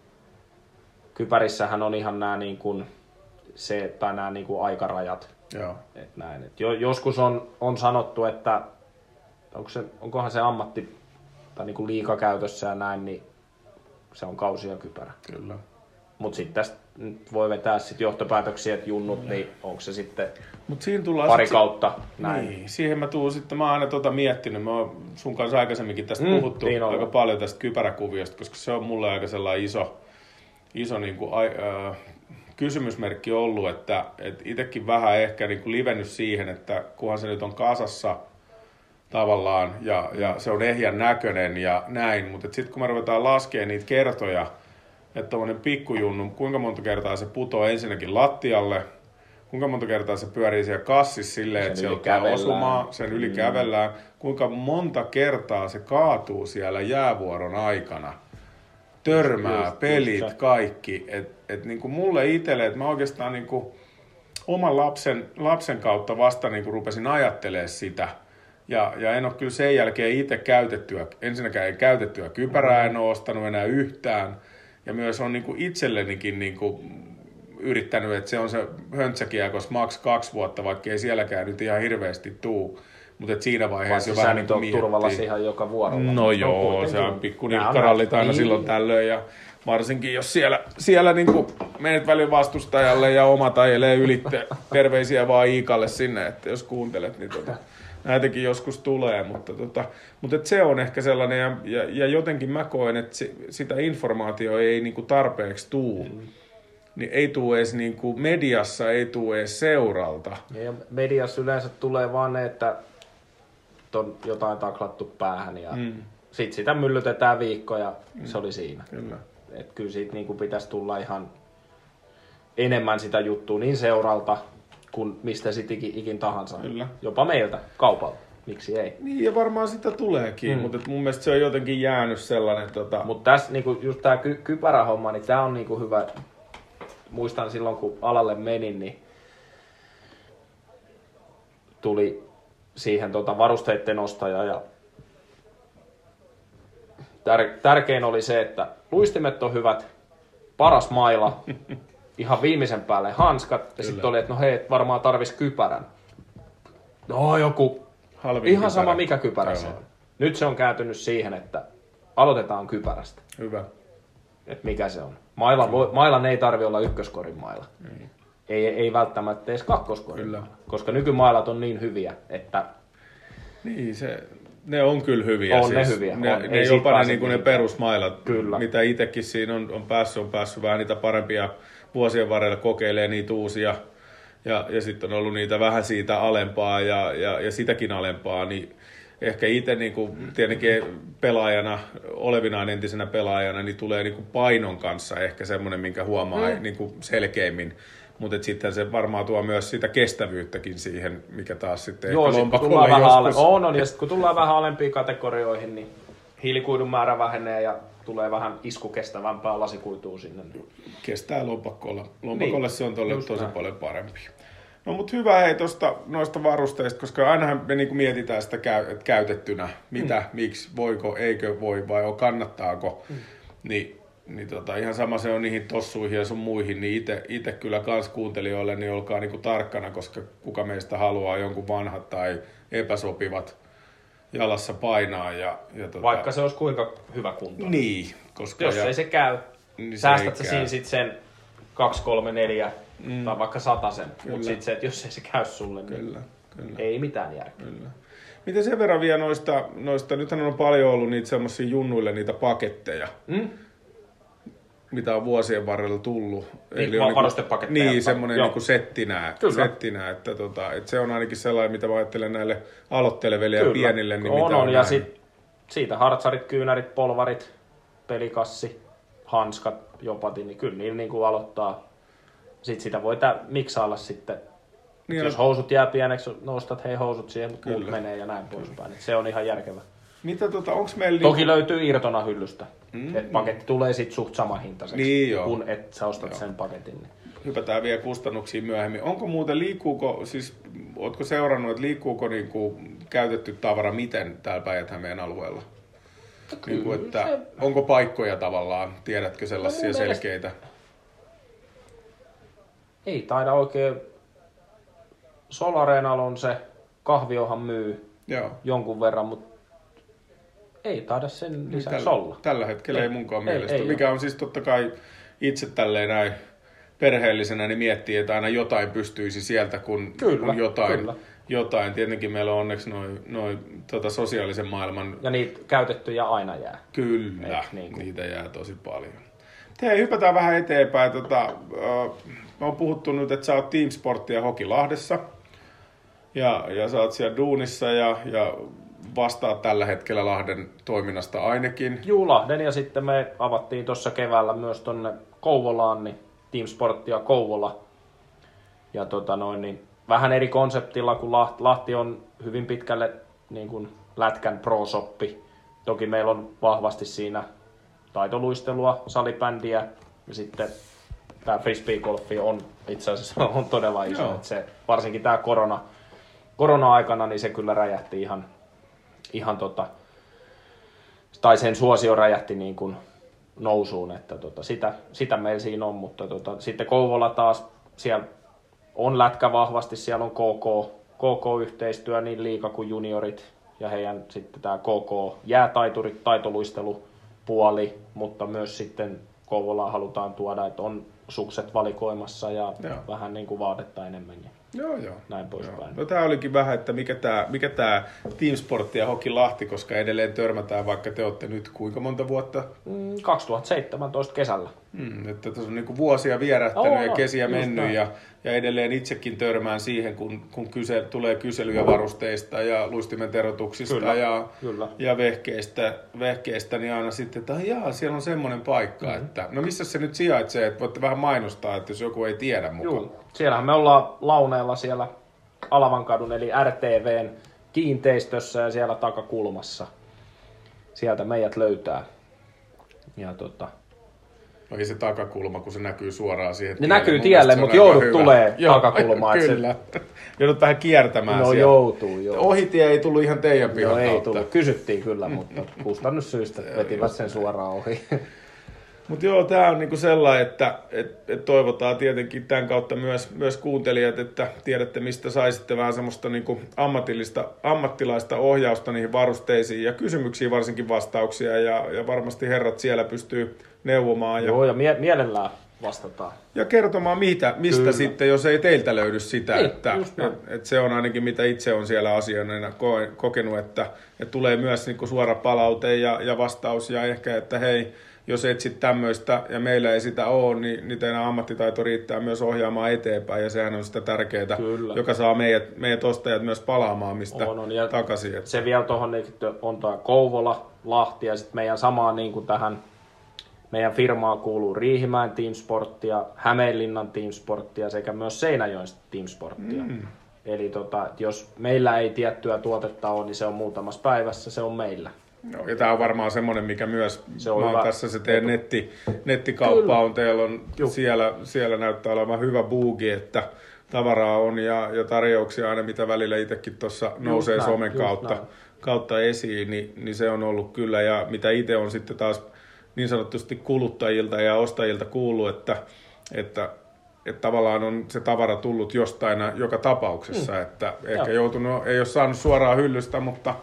Kypärissähän on ihan nämä niin kuin se, tai nämä niin kuin aikarajat. Joo. Et näin. Et jo, joskus on, on sanottu, että onko se, onkohan se ammatti tai niin kuin liikakäytössä ja näin, niin se on kausi ja kypärä. Kyllä. Mutta sitten tästä voi vetää sit johtopäätöksiä, että junnut, niin onko se sitten Mut siinä tullaan pari sit kautta näin. Niin, siihen mä tuun sitten, mä oon aina tota miettinyt, mä oon sun kanssa aikaisemminkin tästä Mm, puhuttu niin aika on. paljon tästä kypäräkuviosta, koska se on mulle aika sellainen iso, iso niin kuin, äh, kysymysmerkki ollut, että et itsekin vähän ehkä niin kuin livennyt siihen, että kunhan se nyt on kasassa tavallaan ja, ja se on ehjän näköinen ja näin, mutta sitten kun me ruvetaan laskemaan niitä kertoja, että tommonen pikkujunnu, kuinka monta kertaa se putoo ensinnäkin lattialle, kuinka monta kertaa se pyörii siellä kassissa silleen, että se ottaa kävellään. osumaan, sen yli mm. kävellään, kuinka monta kertaa se kaatuu siellä jäävuoron aikana, törmää, Just, pelit, just. kaikki. Et, et niinku mulle itselle, että mä oikeastaan niinku oman lapsen, lapsen kautta vasta niinku rupesin ajattelemaan sitä. Ja, ja en ole kyllä sen jälkeen itse käytettyä, ensinnäkään ei käytettyä kypärää, en ole ostanut enää yhtään. Ja myös on niinku itsellenikin niinku yrittänyt, että se on se höntsäkiekos maks kaksi vuotta, vaikka ei sielläkään nyt ihan hirveästi tuu. Mutta siinä vaiheessa jo vähän niinku miettii. Turvallasi ihan joka vuorolla. No joo, se on pikku nilkkarallit aina silloin tällöin. Ja varsinkin jos siellä, siellä niinku menet välin vastustajalle ja omat ajelee ylitte. Terveisiä vaan Iikalle sinne, että jos kuuntelet, niin tota, näitäkin joskus tulee. Mutta, tota, mutta et se on ehkä sellainen, ja, ja, ja jotenkin mä koen, että se, sitä informaatiota ei niinku tarpeeksi tuu. Mm. Niin ei tule edes niinku mediassa, ei tule edes seuralta. Ja mediassa yleensä tulee vaan ne, että on jotain taklattu päähän ja mm. sitten sitä myllytetään viikko ja mm. se oli siinä. Kyllä. Et kyllä siitä niinku pitäisi tulla ihan enemmän sitä juttua niin seuralta kuin mistä sitten ikin, ikin tahansa. Kyllä. Jopa meiltä, kaupalta. Miksi ei? Niin ja varmaan sitä tuleekin, mm. mutta mun mielestä se on jotenkin jäänyt sellainen... Tota... Mutta tässä niinku, just tämä ky- kypärähomma, niin tämä on niinku hyvä. Muistan silloin kun alalle menin, niin tuli siihen tota varusteiden ostaja ja tär- tärkein oli se, että luistimet on hyvät, paras maila, ihan viimeisen päälle hanskat ja sitten oli, että no hei, et varmaan tarvis kypärän. No joku, Halvin ihan kypärä. sama mikä kypärä se on. Nyt se on kääntynyt siihen, että aloitetaan kypärästä. Hyvä. Että mikä se on. Mailan, voi, mailan ei tarvi olla ykköskorin maila. Mm. Ei, ei välttämättä edes kakkoskorin Kyllä. maila, koska nykymailat on niin hyviä, että... Niin, se, ne on kyllä hyviä. On siis. ne hyviä. Ne, on. ne Ei jopa ne, siitä niin ne mitään. perusmailat, Kyllä. mitä itsekin siinä on, on päässyt, on päässyt vähän niitä parempia vuosien varrella kokeilemaan niitä uusia. Ja, ja sitten on ollut niitä vähän siitä alempaa ja, ja, ja sitäkin alempaa, niin ehkä itse niin kuin, tietenkin pelaajana, olevinaan entisenä pelaajana, niin tulee niin kuin painon kanssa ehkä semmoinen, minkä huomaa mm. niin kuin selkeimmin. Mutta sitten se varmaan tuo myös sitä kestävyyttäkin siihen, mikä taas sitten Joo, ehkä sit, kun lompakolla tullaan vähän ale- joskus... on, on, ja sitten kun tullaan vähän alempiin kategorioihin, niin hiilikuidun määrä vähenee ja tulee vähän iskukestävämpää lasikuitua sinne. Kestää lompakolla. Lompakolle Niin, se on tolle just tosi näin. paljon parempi. No mutta hyvä hei tosta, noista varusteista, koska ainahan me niinku mietitään sitä käy, että käytettynä, mitä, mm. miksi, voiko, eikö voi vai kannattaako. Mm. Ni, niin tota, ihan sama se on niihin tossuihin ja sun muihin, niin itse kyllä kans kuuntelijoille, niin olkaa niinku tarkkana, koska kuka meistä haluaa jonkun vanhat tai epäsopivat jalassa painaa. Ja, ja tota... Vaikka se olisi kuinka hyvä kunto. Niin. Koska jos ja... ei se käy, niin säästät sä siinä sitten sen kaksi, kolme, neljä mm. tai vaikka satasen. Mutta sitten se, että jos ei se käy sulle, niin kyllä, kyllä. ei mitään järkeä. Kyllä. Miten sen verran vielä noista, noista, nythän on paljon ollut niitä semmosia junnuille niitä paketteja, mm? mitä on vuosien varrella tullut. Niin, Eli on varustepaketteja. Niin, semmoinen niinku settinää, settinää että, tota, että se on ainakin sellainen, mitä mä ajattelen näille aloitteleville ja pienille. Niin on, mitä on, on ja sit, siitä hartsarit, kyynärit, polvarit, pelikassi, hanskat, jopati, niin kyllä niillä niinku aloittaa. Sitten sitä voi tä- miksailla sitten. Niin jos housut jää pieneksi, nostat hei housut siihen, mutta muut menee ja näin poispäin. Se on ihan järkevä. Mitä tota, onks meillä... Toki niinku... löytyy irtona hyllystä. Mm, et paketti mm. tulee sit suht saman hintaiseksi, niin kun et sä ostat joo. sen paketin. Niin. Hypätään vielä kustannuksiin myöhemmin. Onko muuten, liikkuuko, siis ootko seurannut, että liikkuuko niinku käytetty tavara miten täällä Päijät-Hämeen alueella? Niin kuin, että se... Onko paikkoja tavallaan, tiedätkö sellaisia no, selkeitä? Mielestä... Ei taida oikein. Solareenalla on se, kahviohan myy joo. jonkun verran, mutta ei taida sen lisäksi tällä, olla. Tällä hetkellä ei, ei munkaan ei, mielestä. Ei, mikä ei on siis totta kai itse tälleen näin perheellisenä, niin miettii, että aina jotain pystyisi sieltä, kun, kyllä, kun jotain, kyllä. jotain. Tietenkin meillä on onneksi noin noi, tota sosiaalisen maailman... Ja niitä käytettyjä aina jää. Kyllä, niin niitä jää tosi paljon. Hei, hypätään vähän eteenpäin. Tota, äh, mä oon puhuttu nyt, että sä oot Team Sportia Hokilahdessa. Ja, ja sä oot siellä duunissa ja, ja vastaat tällä hetkellä Lahden toiminnasta ainakin. Juu, Lahden ja sitten me avattiin tuossa keväällä myös tonne Kouvolaan, niin Team Sportia Kouvola. Ja tota noin, niin vähän eri konseptilla, kun Lahti, Lahti on hyvin pitkälle niin kuin lätkän pro-soppi. Toki meillä on vahvasti siinä taitoluistelua, salibändiä ja sitten tämä frisbee-golfi on itse asiassa on todella iso. Että se, varsinkin tämä korona, korona-aikana, niin se kyllä räjähti ihan, ihan tota, tai sen suosio räjähti niin kuin nousuun, että tota, sitä, sitä meillä siinä on, mutta tota, sitten Kouvola taas, siellä on lätkä vahvasti, siellä on K K, K K-yhteistyö, niin liiga kuin juniorit, ja heidän sitten tämä K K jäätaiturit, taitoluistelupuoli, mutta myös sitten Kouvolaan halutaan tuoda, että on sukset valikoimassa ja joo. vähän niin kuin vaatetta enemmänkin. Joo, joo. Näin poispäin. No tää olikin vähän, että mikä tää, mikä tää Team Sport ja Hoki Lahti, koska edelleen törmätään, vaikka te olette nyt kuinka monta vuotta? kaksituhattaseitsemäntoista kesällä. Mm, että tässä on niinku vuosia vierähtänyt oh, ja kesiä mennyt ja, ja edelleen itsekin törmään siihen, kun, kun kyse, tulee kyselyjä varusteista ja luistimen terotuksista kyllä, ja, kyllä. ja vehkeistä, vehkeistä, niin aina sitten, että jaa, siellä on semmoinen paikka. Mm-hmm. Että, no missä se nyt sijaitsee, että voitte vähän mainostaa, että jos joku ei tiedä mukaan. Joo. Siellähän me ollaan Launeella siellä Alavankadun eli R T V:n kiinteistössä ja siellä takakulmassa. Sieltä meidät löytää. Ja tota... No ei se takakulma, kun se näkyy suoraan siihen. Ne näkyy tielle, mutta joudut hyvä. Tulee takakulmaan. Kyllä. Se... Joudut vähän kiertämään no, siellä. joutuu, joo. Ohitie ei tullut ihan teidän pihan no, ei kautta. Tullut. Kysyttiin kyllä, mutta kustannussyistä vetivät sen suoraan ohi. Mutta joo, tämä on niinku sellainen, että et, et toivotaan tietenkin tämän kautta myös, myös kuuntelijat, että tiedätte, mistä saisitte vähän semmoista niinku ammatillista, ammattilaista ohjausta niihin varusteisiin ja kysymyksiin varsinkin vastauksia. Ja, ja varmasti herrat siellä pystyy neuvomaan. Ja, joo, ja mie- mielellään vastataan. Ja kertomaan, mitä, mistä Kyllä. sitten, jos ei teiltä löydy sitä. Ei, että et, et se on ainakin, mitä itse on siellä asiana kokenut, että et tulee myös niinku suora palaute ja, ja vastaus ja ehkä, että hei, jos etsit tämmöistä ja meillä ei sitä ole, niin, niin teidän ammattitaito riittää myös ohjaamaan eteenpäin ja sehän on sitä tärkeää, Kyllä. joka saa meidät, meidät ostajat myös palaamaan mistä on, on. takaisin. Että. Se vielä tuohon on tämä Kouvola, Lahti ja sitten meidän samaan niin kuin tähän meidän firmaan kuuluu Riihimäen Team Sportia, Hämeenlinnan Team Sportia sekä myös Seinäjoen Team Sportia. Mm. Eli tota, jos meillä ei tiettyä tuotetta ole, niin se on muutamassa päivässä, se on meillä. No, ja tämä on varmaan semmoinen, mikä myös, se on hyvä. Tässä se teidän netti, nettikauppa Kyllä. on, teillä on siellä, siellä näyttää olevan hyvä buugi, että tavaraa on ja, ja tarjouksia aina, mitä välillä itsekin tuossa nousee näin, somen kautta, kautta esiin, niin, niin se on ollut kyllä, ja mitä itse on sitten taas niin sanotusti kuluttajilta ja ostajilta kuullut, että, että, että tavallaan on se tavara tullut jostain joka tapauksessa, mm. että ehkä joutunut, ei ole saanut suoraan hyllystä, mutta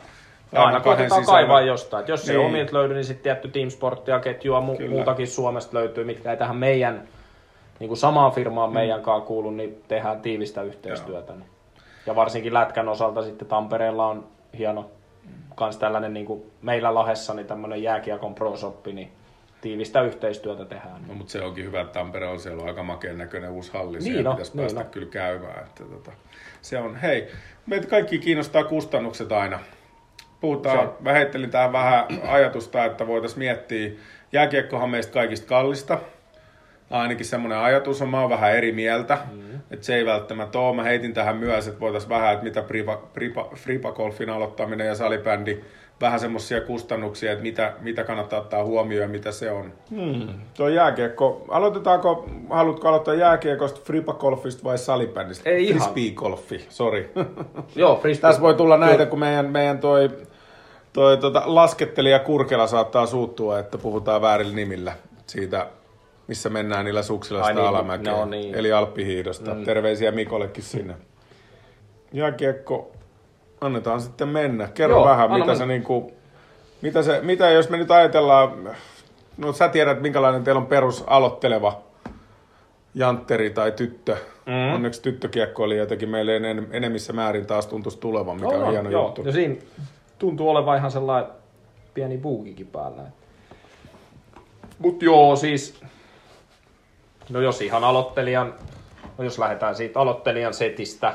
Aina koitetaan sisällä. kaivaa jostain. Et jos niin. ei omilta löydy, niin sitten tietty Team Sportia, ketjua, mu- muutakin Suomesta löytyy, mitkä ei tähän meidän, niin kuin samaan firmaan meidän kanssa kuulu, niin tehdään tiivistä yhteistyötä. Niin. Ja varsinkin Lätkän osalta sitten Tampereella on hieno kans tällainen niin kuin meillä Lahdessa niin tämmöinen jääkiekon pro-shoppi, niin tiivistä yhteistyötä tehdään. No, mutta se onkin hyvä, että Tampere on siellä on aika makeen näköinen uusi halli. Niin siellä no, pitäisi niin päästä no. kyllä käymään. Että, tota, se on, hei, meitä kaikki kiinnostaa kustannukset aina. Puhutaan, se. mä heittelin tähän vähän ajatusta, että voitaisiin miettiä, jääkiekkohan meistä kaikista kallista. Ainakin semmoinen ajatus on, mä oon vähän eri mieltä, mm. että se ei välttämättä ole. Mä heitin tähän myös, että voitaisiin vähän, että mitä pripa, pripa, fripagolfin aloittaminen ja salibändi, vähän semmoisia kustannuksia, että mitä, mitä kannattaa ottaa huomioon ja mitä se on. Hmm. Tuo jääkiekko, aloitetaanko, haluatko aloittaa jääkiekosta, fripagolfista vai salibändistä? Ei ihan. Frisbeegolfi, sori. Joo, frisbee. Tässä voi tulla näitä, kun meidän, meidän toi, toi tota, laskettelija Kurkela saattaa suuttua, että puhutaan väärillä nimillä siitä, missä mennään niillä suksilla sitä niin, alamäkeä, no niin. eli Alppihiidosta. Mm. Terveisiä Mikollekin sinne. Jääkiekko, annetaan sitten mennä. Kerro Joo, vähän, mitä mennä. se, niinku, mitä se, mitä jos me nyt ajatellaan, no sä tiedät, minkälainen teillä on perus aloitteleva jantteri tai tyttö. Mm. Onneksi tyttökiekkoilija jotenkin meille en, enemmissä määrin taas tuntuisi tulevan, mikä no, on hieno joo. juttu. Ja siinä tuntuu olevan ihan sellainen pieni buukikin päällä. Mut joo, siis no jos ihan aloittelijan, no jos lähdetään siitä aloittelijan setistä,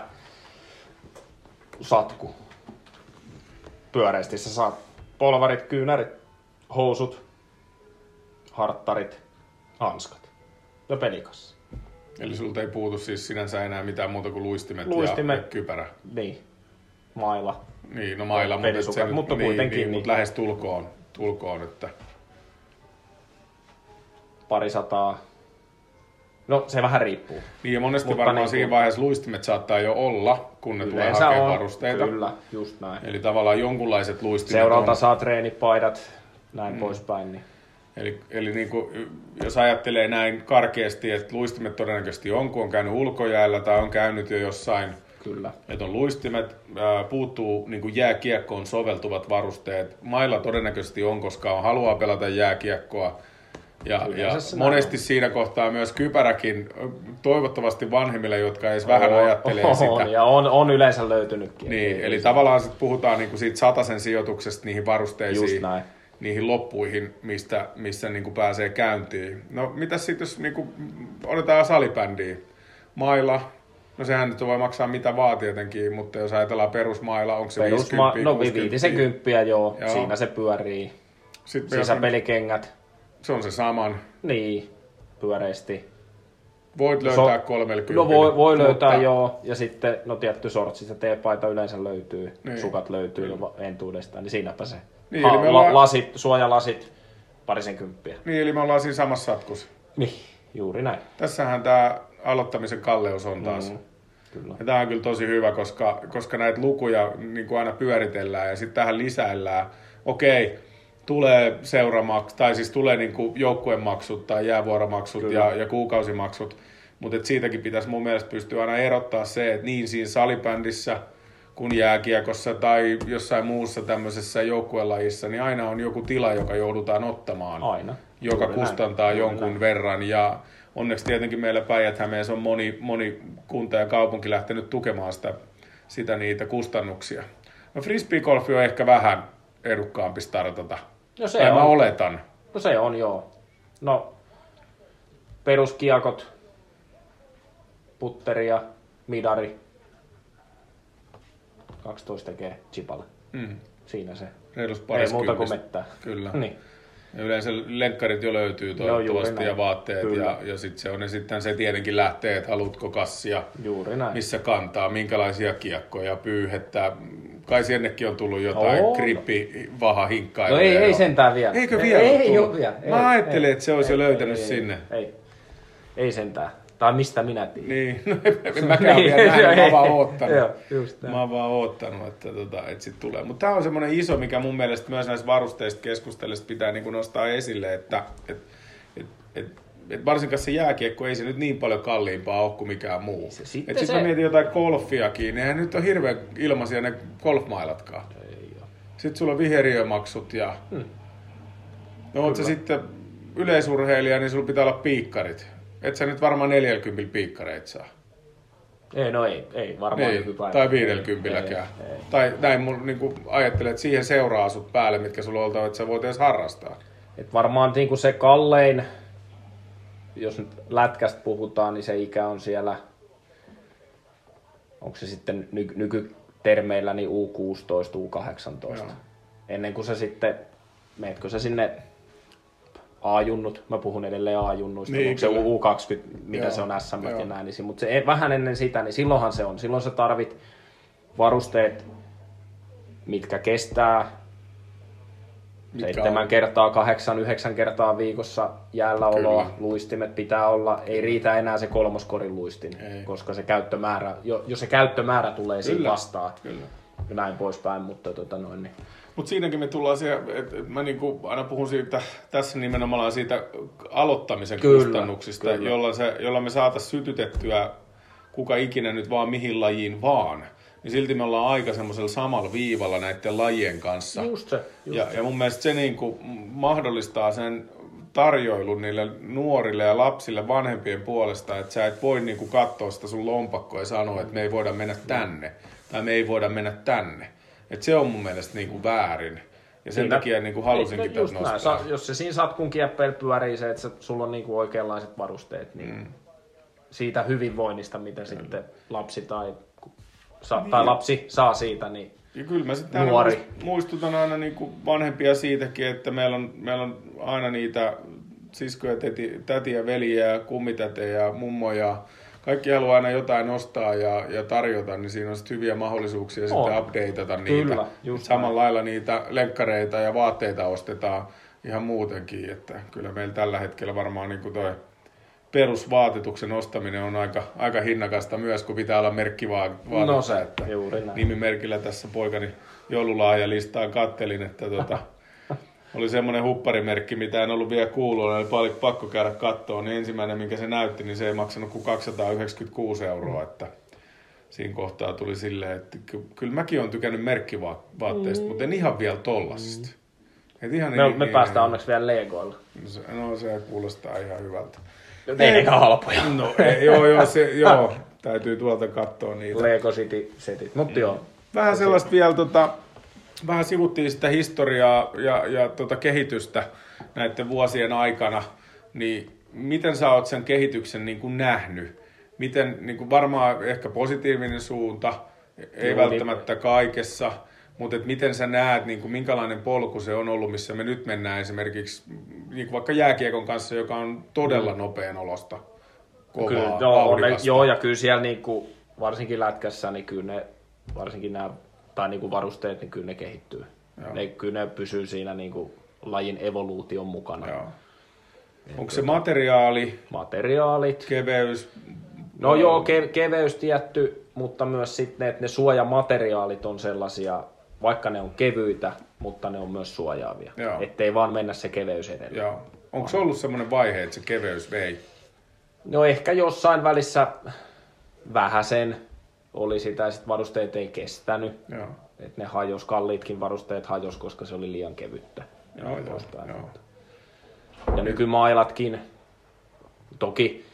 satku. Pyöreästi sä saat polvarit, kyynärit, housut, harttarit, hanskat ja pelikassa. Eli sulta ei puutu siis sinänsä enää mitään muuta kuin luistimet, Luistimet. ja kypärä. Niin, maila. Niin, no mailla, mutta, Pelisukat, se, mutta niin, kuitenkin. Niin, Niin. mutta lähes tulkoon, tulkoon, että Parisataa. No se vähän riippuu. niin ja monesti Mutta varmaan niin kuin- siinä vaiheessa luistimet saattaa jo olla, kun ne tulee Yleensä hakemaan on, varusteita. kyllä, just näin. Eli tavallaan jonkunlaiset luistimet Seuralta on. saa treenipaidat, näin mm. poispäin. Niin. Eli, eli niin kuin, jos ajattelee näin karkeasti, että luistimet todennäköisesti on, kun on käynyt ulkojäällä tai on käynyt jo jossain, Kyllä. että on luistimet, ää, puuttuu niin kuin jääkiekkoon soveltuvat varusteet. Mailla todennäköisesti on, koska on haluaa pelata jääkiekkoa. Ja, ja monesti siinä kohtaa myös kypäräkin, toivottavasti vanhemmille, jotka edes vähän ajattelee on, sitä. Ja on, on yleensä löytynytkin. Niin, eli tavallaan sit puhutaan niinku siitä satasen sijoituksesta niihin varusteisiin, Just näin. niihin loppuihin, mistä, missä niinku pääsee käyntiin. No mitäs sitten jos niinku, otetaan salibändiä, maila, no sehän nyt voi maksaa mitä vaan tietenkin, mutta jos ajatellaan perusmaila, onko se Perusma- viisikymmentä, no viitisen kymppiä, joo. Joo. Siinä se pyörii. Sitten jos on- Sisäpelikengät, se on se saman. niin, pyöreästi. Voit löytää So- kolmekymmentä. No voi, voi löytää mutta- joo, ja sitten no tietty sortsit ja teepaita yleensä löytyy, Niin. sukat löytyy jo entuudestaan, niin siinäpä se. Niin, Ha- eli me ollaan- la- lasit, suojalasit, parisen kymppiä. Niin, eli me ollaan siinä samassa satkussa. Niin, juuri näin. Tässähän tämä aloittamisen kalleus on taas. Mm, kyllä. Ja tämä on kyllä tosi hyvä, koska, koska näitä lukuja niin kuin aina pyöritellään ja sitten tähän lisäillään. Okei, tulee seuramaksut, tai siis tulee niin kuin joukkuemaksut tai jäävuoromaksut ja, ja kuukausimaksut, mutta siitäkin pitäisi mun mielestä pystyä aina erottaa se, että niin siinä salibändissä kuin jääkiekossa tai jossain muussa tämmöisessä joukkuelajissa, niin aina on joku tila, joka joudutaan ottamaan, Aina. joka Juuri kustantaa näin. jonkun Juuri näin. verran. Ja onneksi tietenkin meillä Päijät-Hämeessä on moni, moni kunta ja kaupunki lähtenyt tukemaan sitä, sitä niitä kustannuksia. No frisbeegolfi on ehkä vähän edukkaampi startata. No se tai on. mä oletan. No se on, joo. No, peruskiakot, putteri ja midari. kaksitoista tekee chipalle. Mm. Siinä se. Reilus Ei paris muuta kuin kympistä. mettää. Kyllä. Niin. Ja yleensä lenkkarit jo löytyy toivottavasti näin. ja vaatteet. Kyllä. Ja, ja sitten se, on, ja sitten se tietenkin lähtee, että haluatko kassia, Juuri näin. missä kantaa, minkälaisia kiekkoja, pyyhettä. Kai sinnekin on tullut jotain On. krippi, vaha, hinkkailuja. No ei, ei sentään vielä. Eikö ei, vielä ei, ole ei tullut? ole vielä. Ei, Mä ajattelin, ei, että se olisi ei, jo löytänyt ei, sinne. Ei, ei, ei sentään. Tai mistä minä tiedän. Niin, no en mäkään Niin, vielä nähnyt, mä oon vaan ei, oottanut. joo, just näin. Mä oon vaan oottanut, että, tota, että sit tulee. Mutta tää on semmoinen iso, mikä mun mielestä myös näistä varusteista keskustellessa pitää niin kuin nostaa esille, että et, et, et, et varsinkaan se jääkiekko ei se nyt niin paljon kalliimpaa ole kuin mikään muu. Se sitten Sitten sit se- mä mietin jotain golfiakin, niin eihän nyt ole hirveän ilmaisia ne golfmailatkaan. Ei oo. Sitten sulla on viheriömaksut ja... Hmm. No oot sä sitten yleisurheilija, niin sulla pitää olla piikkarit. Et sä nyt varmaan neljälkympillä piikkareita saa. Ei, no ei, ei varmaan Ei, nykypäivänä. tai viidelkympilläkään. Ei, ei. Tai näin mun niin ajattelet, että siihen seuraa sut päälle, mitkä sulla on oltava, että sä voit edes harrastaa. Et varmaan niin kuin se kallein, jos nyt lätkästä puhutaan, niin se ikä on siellä, onko se sitten ny- nykytermeillä niin U kuusitoista, U kahdeksantoista. Joo. Ennen kuin se sitten, meetkö se sinne A-junnut, mä puhun edelleen A-junnuista, Niin, onko se kyllä. U kaksikymmentä, mitä Joo, se on S M joo. ja näin, niin, mutta se, vähän ennen sitä, niin silloinhan se on. Silloin sä tarvit varusteet, mitkä kestää Mitkä seitsemän on? kertaa, kahdeksan, yhdeksän kertaa viikossa jäällä oloa, Kyllä. luistimet pitää olla, ei riitä enää se kolmoskorin luistin, Ei. koska se käyttömäärä, jo, jo se käyttömäärä tulee siinä Kyllä. vastaan Kyllä. ja näin poispäin, mutta tota noin, niin. Mutta siinäkin me tullaan siihen, että mä niinku aina puhun siitä, tässä nimenomaan siitä aloittamisen Kyllä, kustannuksista, kyllä. Jolla, se, jolla me saataisiin sytytettyä kuka ikinä nyt vaan mihin lajiin vaan. Niin silti me ollaan aika semmoisella samalla viivalla näiden lajien kanssa. Just se, just ja, se. ja mun mielestä se niinku mahdollistaa sen tarjoilun niille nuorille ja lapsille vanhempien puolesta, että sä et voi niinku katsoa sitä sun lompakkoa ja sanoa, että me ei voida mennä tänne tai me ei voida mennä tänne. Et se on mun mielestä niinku väärin. Ja sen Siinä- takia niinku halusinkin no, tätä just näin. nostaa. Sa, jos se siinä satkun kieppeillä pyörii se, että se, sulla on niinku oikeanlaiset varusteet, niin mm. siitä hyvinvoinnista, mitä sitten lapsi tai, sa, Niin. tai lapsi saa siitä, niin Ja kyllä mä sitten aina Nuori. muist- muistutan aina niinku vanhempia siitäkin, että meillä on, meillä on aina niitä siskoja, täti, tätiä, veliä, ja kummitätejä, mummoja. Kaikki haluaa aina jotain ostaa ja, ja tarjota, niin siinä on sitten hyviä mahdollisuuksia On. sitten updateata niitä. Kyllä, just Samalla lailla niitä lenkkareita ja vaatteita ostetaan ihan muutenkin. Että kyllä meillä tällä hetkellä varmaan niin kuin toi perusvaatetuksen ostaminen on aika, aika hinnakasta myös, kun pitää olla merkkivaatetta. no se, että juuri näin. nimimerkillä tässä poikani joululahjalistaan kattelin, että tota, oli semmoinen hupparimerkki, mitä en ollut vielä kuullut, oli paljon pakko käydä kattoa, niin ensimmäinen, minkä se näytti, niin se ei maksanut kuin kaksisataayhdeksänkymmentäkuusi euroa, että siinä kohtaa tuli silleen, että ky- kyllä mäkin olen tykännyt merkkivaatteista, mm. mutta en ihan vielä tollasista. Et ihan Me, niin- me niin- päästään onneksi vielä Legoilla. No se, no se kuulostaa ihan hyvältä. Ei nekään halpoja. No ei, joo, joo, se, joo, täytyy tuolta katsoa niitä. Lego City setit, mutta joo. Vähän sellaista vielä, tota, vähän sivuttiin sitä historiaa ja, ja tota kehitystä näiden vuosien aikana, niin miten sä oot sen kehityksen niin kuin nähnyt? Miten, niin kuin varmaan ehkä positiivinen suunta, ei Joo, välttämättä kaikessa, mutta et miten sä näet, niin kuin minkälainen polku se on ollut, missä me nyt mennään esimerkiksi niin kuin vaikka jääkiekon kanssa, joka on todella nopean olosta, kovaa, Kyllä, joo, on ne, vauhdikasta. joo, ja kyllä siellä niinku, varsinkin lätkässä, niin kyllä ne, varsinkin nämä, tai niinku varusteet, niin kyllä ne kehittyy. Joo. Ne, kyllä ne pysyy siinä niinku lajin evoluution mukana. Joo. Onko se materiaali, Materiaalit. keveys? No joo, ke, keveys tietty, mutta myös sitten, että ne suojamateriaalit on sellaisia, vaikka ne on kevyitä, mutta ne on myös suojaavia. Joo. Ettei vaan mennä se keveys edellä. Joo. Onko se ollut semmoinen vaihe, että se keveys vei? No ehkä jossain välissä vähäsen oli sitä, ja sit varusteet ei kestänyt. Joo. Että ne hajos, kalliitkin varusteet hajos, koska se oli liian kevyttä. Ja, Joo, näin joo, poispäin. joo. Ja nykymailatkin, toki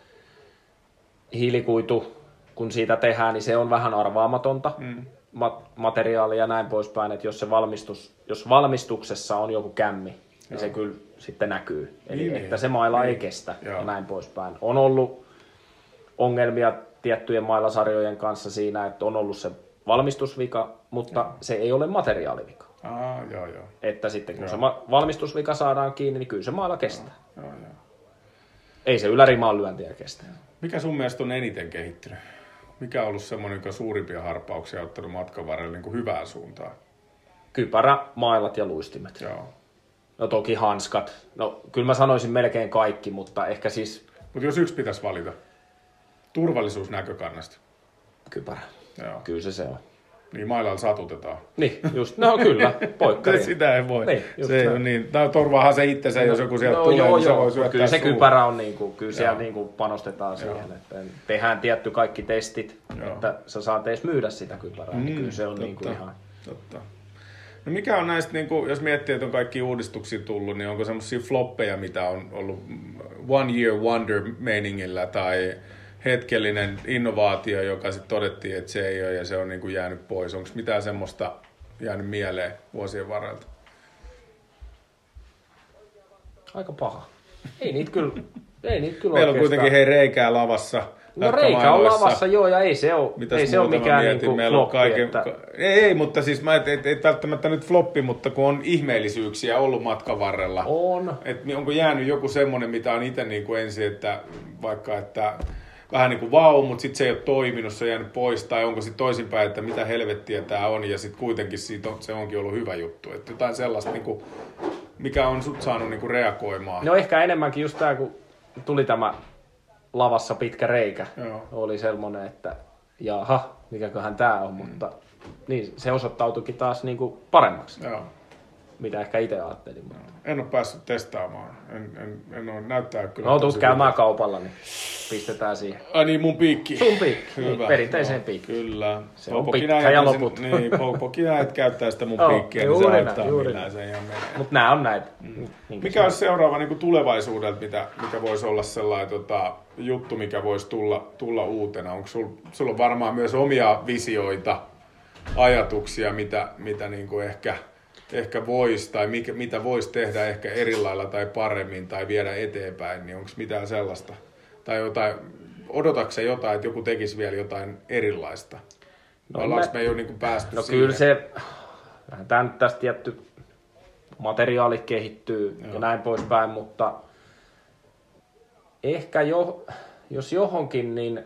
hiilikuitu, kun siitä tehdään, niin se on vähän arvaamatonta Mm. ma- materiaalia ja näin poispäin, että jos, se valmistus, jos valmistuksessa on joku kämmi, niin Joo. se kyllä sitten näkyy. Eli Niin, että niin. se maila Niin. ei kestä Joo. ja näin poispäin. On ollut ongelmia tiettyjen mailasarjojen kanssa siinä, että on ollut se valmistusvika, mutta Joo. se ei ole materiaalivika. Aa, joo, joo. Että sitten kun Joo. se ma- valmistusvika saadaan kiinni, niin kyllä se maila kestää. joo, joo. Ei se ylärimaan lyöntiä kestä. Mikä sun mielestä on eniten kehittynyt? Mikä on ollut semmoinen, joka suurimpia harppauksia ottanut matkan varrella niin kuin hyvään suuntaan? Kypärä, mailat ja luistimet. Joo. No toki hanskat. No kyllä mä sanoisin melkein kaikki, mutta ehkä siis Mutta jos yksi pitäisi valita, turvallisuusnäkökannasta, kypärä. joo. Kyllä se se on. Niin mailalla satutetaan. Niin, just, no kyllä, poikkari. Sitä ei voi. Niin, just se ei näin. ole niin. No, turvaahan se itsensä, jos joku sieltä no, tulee, joo, niin se joo. voi syöttää Kyllä se suuhun. kypärä on, niin kuin, kyllä siellä Joo. niin kuin panostetaan Joo. siihen, että tehdään tietty kaikki testit, Joo. että sä saat edes myydä sitä kypärää, niin Mm, kyllä se on totta, niin kuin ihan... Totta. No mikä on näistä, niin kuin, jos miettii, että on kaikki uudistuksia tullut, niin onko semmoisia floppeja, mitä on ollut one year wonder meiningillä tai hetkellinen innovaatio, joka sitten todettiin, että se ei ole ja se on niin kuin jäänyt pois. Onko mitään semmoista jäänyt mieleen vuosien varrelta? Aika paha. Ei niitä kyllä, ei niitä kyllä Meillä on oikeastaan. kuitenkin hei reikää lavassa. No reikä on lavassa, joo, ja ei se ole, ei se ole mikään niinku floppi. Kaiken, että... ei, ei, mutta siis mä et, et, et välttämättä nyt floppi, mutta kun on ihmeellisyyksiä ollut matkan varrella. On. Et onko jäänyt joku semmoinen, mitä on itse niin kuin ensin, että vaikka että vähän niin kuin vau, mutta sitten se ei ole toiminut, se on jäänyt pois, tai onko sitten toisinpäin, että mitä helvettiä tämä on, ja sitten kuitenkin siitä on, se onkin ollut hyvä juttu. Että jotain sellaista, niin kuin, mikä on sut saanut niin kuin reagoimaan. No ehkä enemmänkin just tämä, kun tuli tämä lavassa pitkä reikä, Joo. oli semmoinen, että jaha, mikäköhän tämä on, mm. mutta niin, se osoittautuikin taas niin kuin paremmaksi, Joo. mitä ehkä itse ajattelin. Mutta... En ole päässyt testaamaan. En, en, en ole, näyttää kyllä. No tuut käymään kaupalla, niin pistetään siihen. Ai niin, mun piikki. Sun piikki, Hyvä. Niin, perinteiseen piikkiin. Kyllä. Se on pitkä ja loput. Niin, pokinäet käyttää sitä mun Joo, piikkiä, niin se juuri auttaa näin, juuri millään näin. se ihan menee. Mutta nämä on näitä. Mm. Niin Mikä olisi seuraava niin kuin tulevaisuudelta, mitä, mikä voisi olla sellainen tota, juttu, mikä voisi tulla, tulla uutena? Onko sul, sulla on varmaan myös omia visioita, ajatuksia, mitä, mitä niin kuin ehkä, ehkä voisi tai mikä, mitä voisi tehdä ehkä eri lailla tai paremmin tai viedä eteenpäin, niin onko mitään sellaista? Tai jotain, odotatko sä jotain, että joku tekisi vielä jotain erilaista? No, ollaanko me, me jo niin kuin päästy No siihen? kyllä se, tämä nyt tästä tietty materiaali kehittyy Joo. ja näin poispäin, mutta ehkä jo, jos johonkin, niin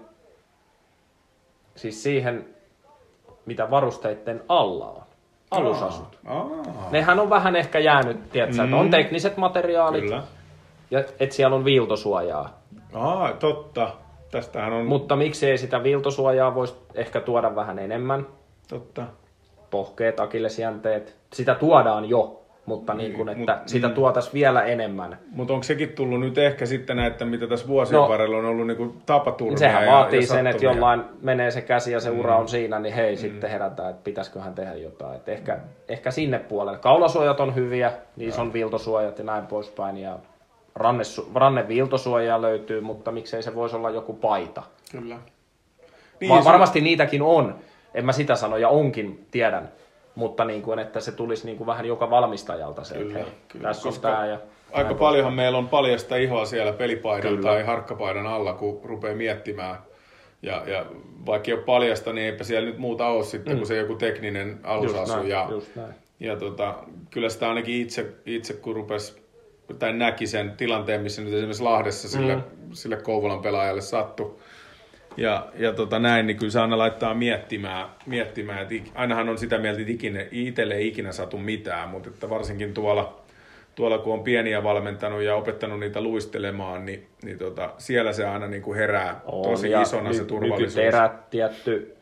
siis siihen, mitä varusteiden alla on. Alusasut. Aa. Nehän on vähän ehkä jäänyt, tiedätkö, mm. että on tekniset materiaalit Kyllä. ja että siellä on viiltosuojaa. Aa, totta. Tästähän on... Mutta miksi ei sitä viiltosuojaa voisi ehkä tuoda vähän enemmän? Totta. Pohkeet, akillesjänteet, sitä tuodaan jo, mutta niin kuin, että Mut, sitä tuotaisiin vielä enemmän. Mutta onko sekin tullut nyt ehkä sitten näitä, mitä tässä vuosien no, varrella on ollut niin tapaturmia sehän ja vaatii ja sen, että jollain menee se käsi ja se mm. ura on siinä, niin hei, mm. sitten herätään, että pitäisiköhän tehdä jotain. Et ehkä, mm. ehkä sinne puolelle. Kaulasuojat on hyviä, niissä on viiltosuojat ja näin poispäin. Ja ranne, ranneviiltosuojaa löytyy, mutta miksei se voisi olla joku paita. Kyllä. Niin, Va- varmasti se... niitäkin on, en mä sitä sano, ja onkin, tiedän. Mutta niin kuin, että se tulisi niin kuin vähän joka valmistajalta se, kyllä, että hei, kyllä, tässä on tää ja... Aika paljonhan meillä on paljasta ihoa siellä pelipaidan kyllä. tai harkkapaidan alla, kun rupeaa miettimään. Ja, ja vaikka ei ole paljasta, niin eipä siellä nyt muuta ole sitten, mm. kuin se joku tekninen alusasu. Just näin, ja just näin. ja tota, kyllä sitä ainakin itse, itse kun rupesi, tai näki sen tilanteen, missä nyt esimerkiksi Lahdessa sille, mm. sille Kouvolan pelaajalle sattui. Ja, ja tota näin, niin kyllä se aina laittaa miettimään, miettimään että ainahan on sitä mieltä, että ikinä, itselle ei ikinä satu mitään, mutta että varsinkin tuolla, tuolla kun on pieniä valmentanut ja opettanut niitä luistelemaan, niin, niin tota, siellä se aina niin kuin herää on, tosi isona ny, se turvallisuus. Nykyterät tietty,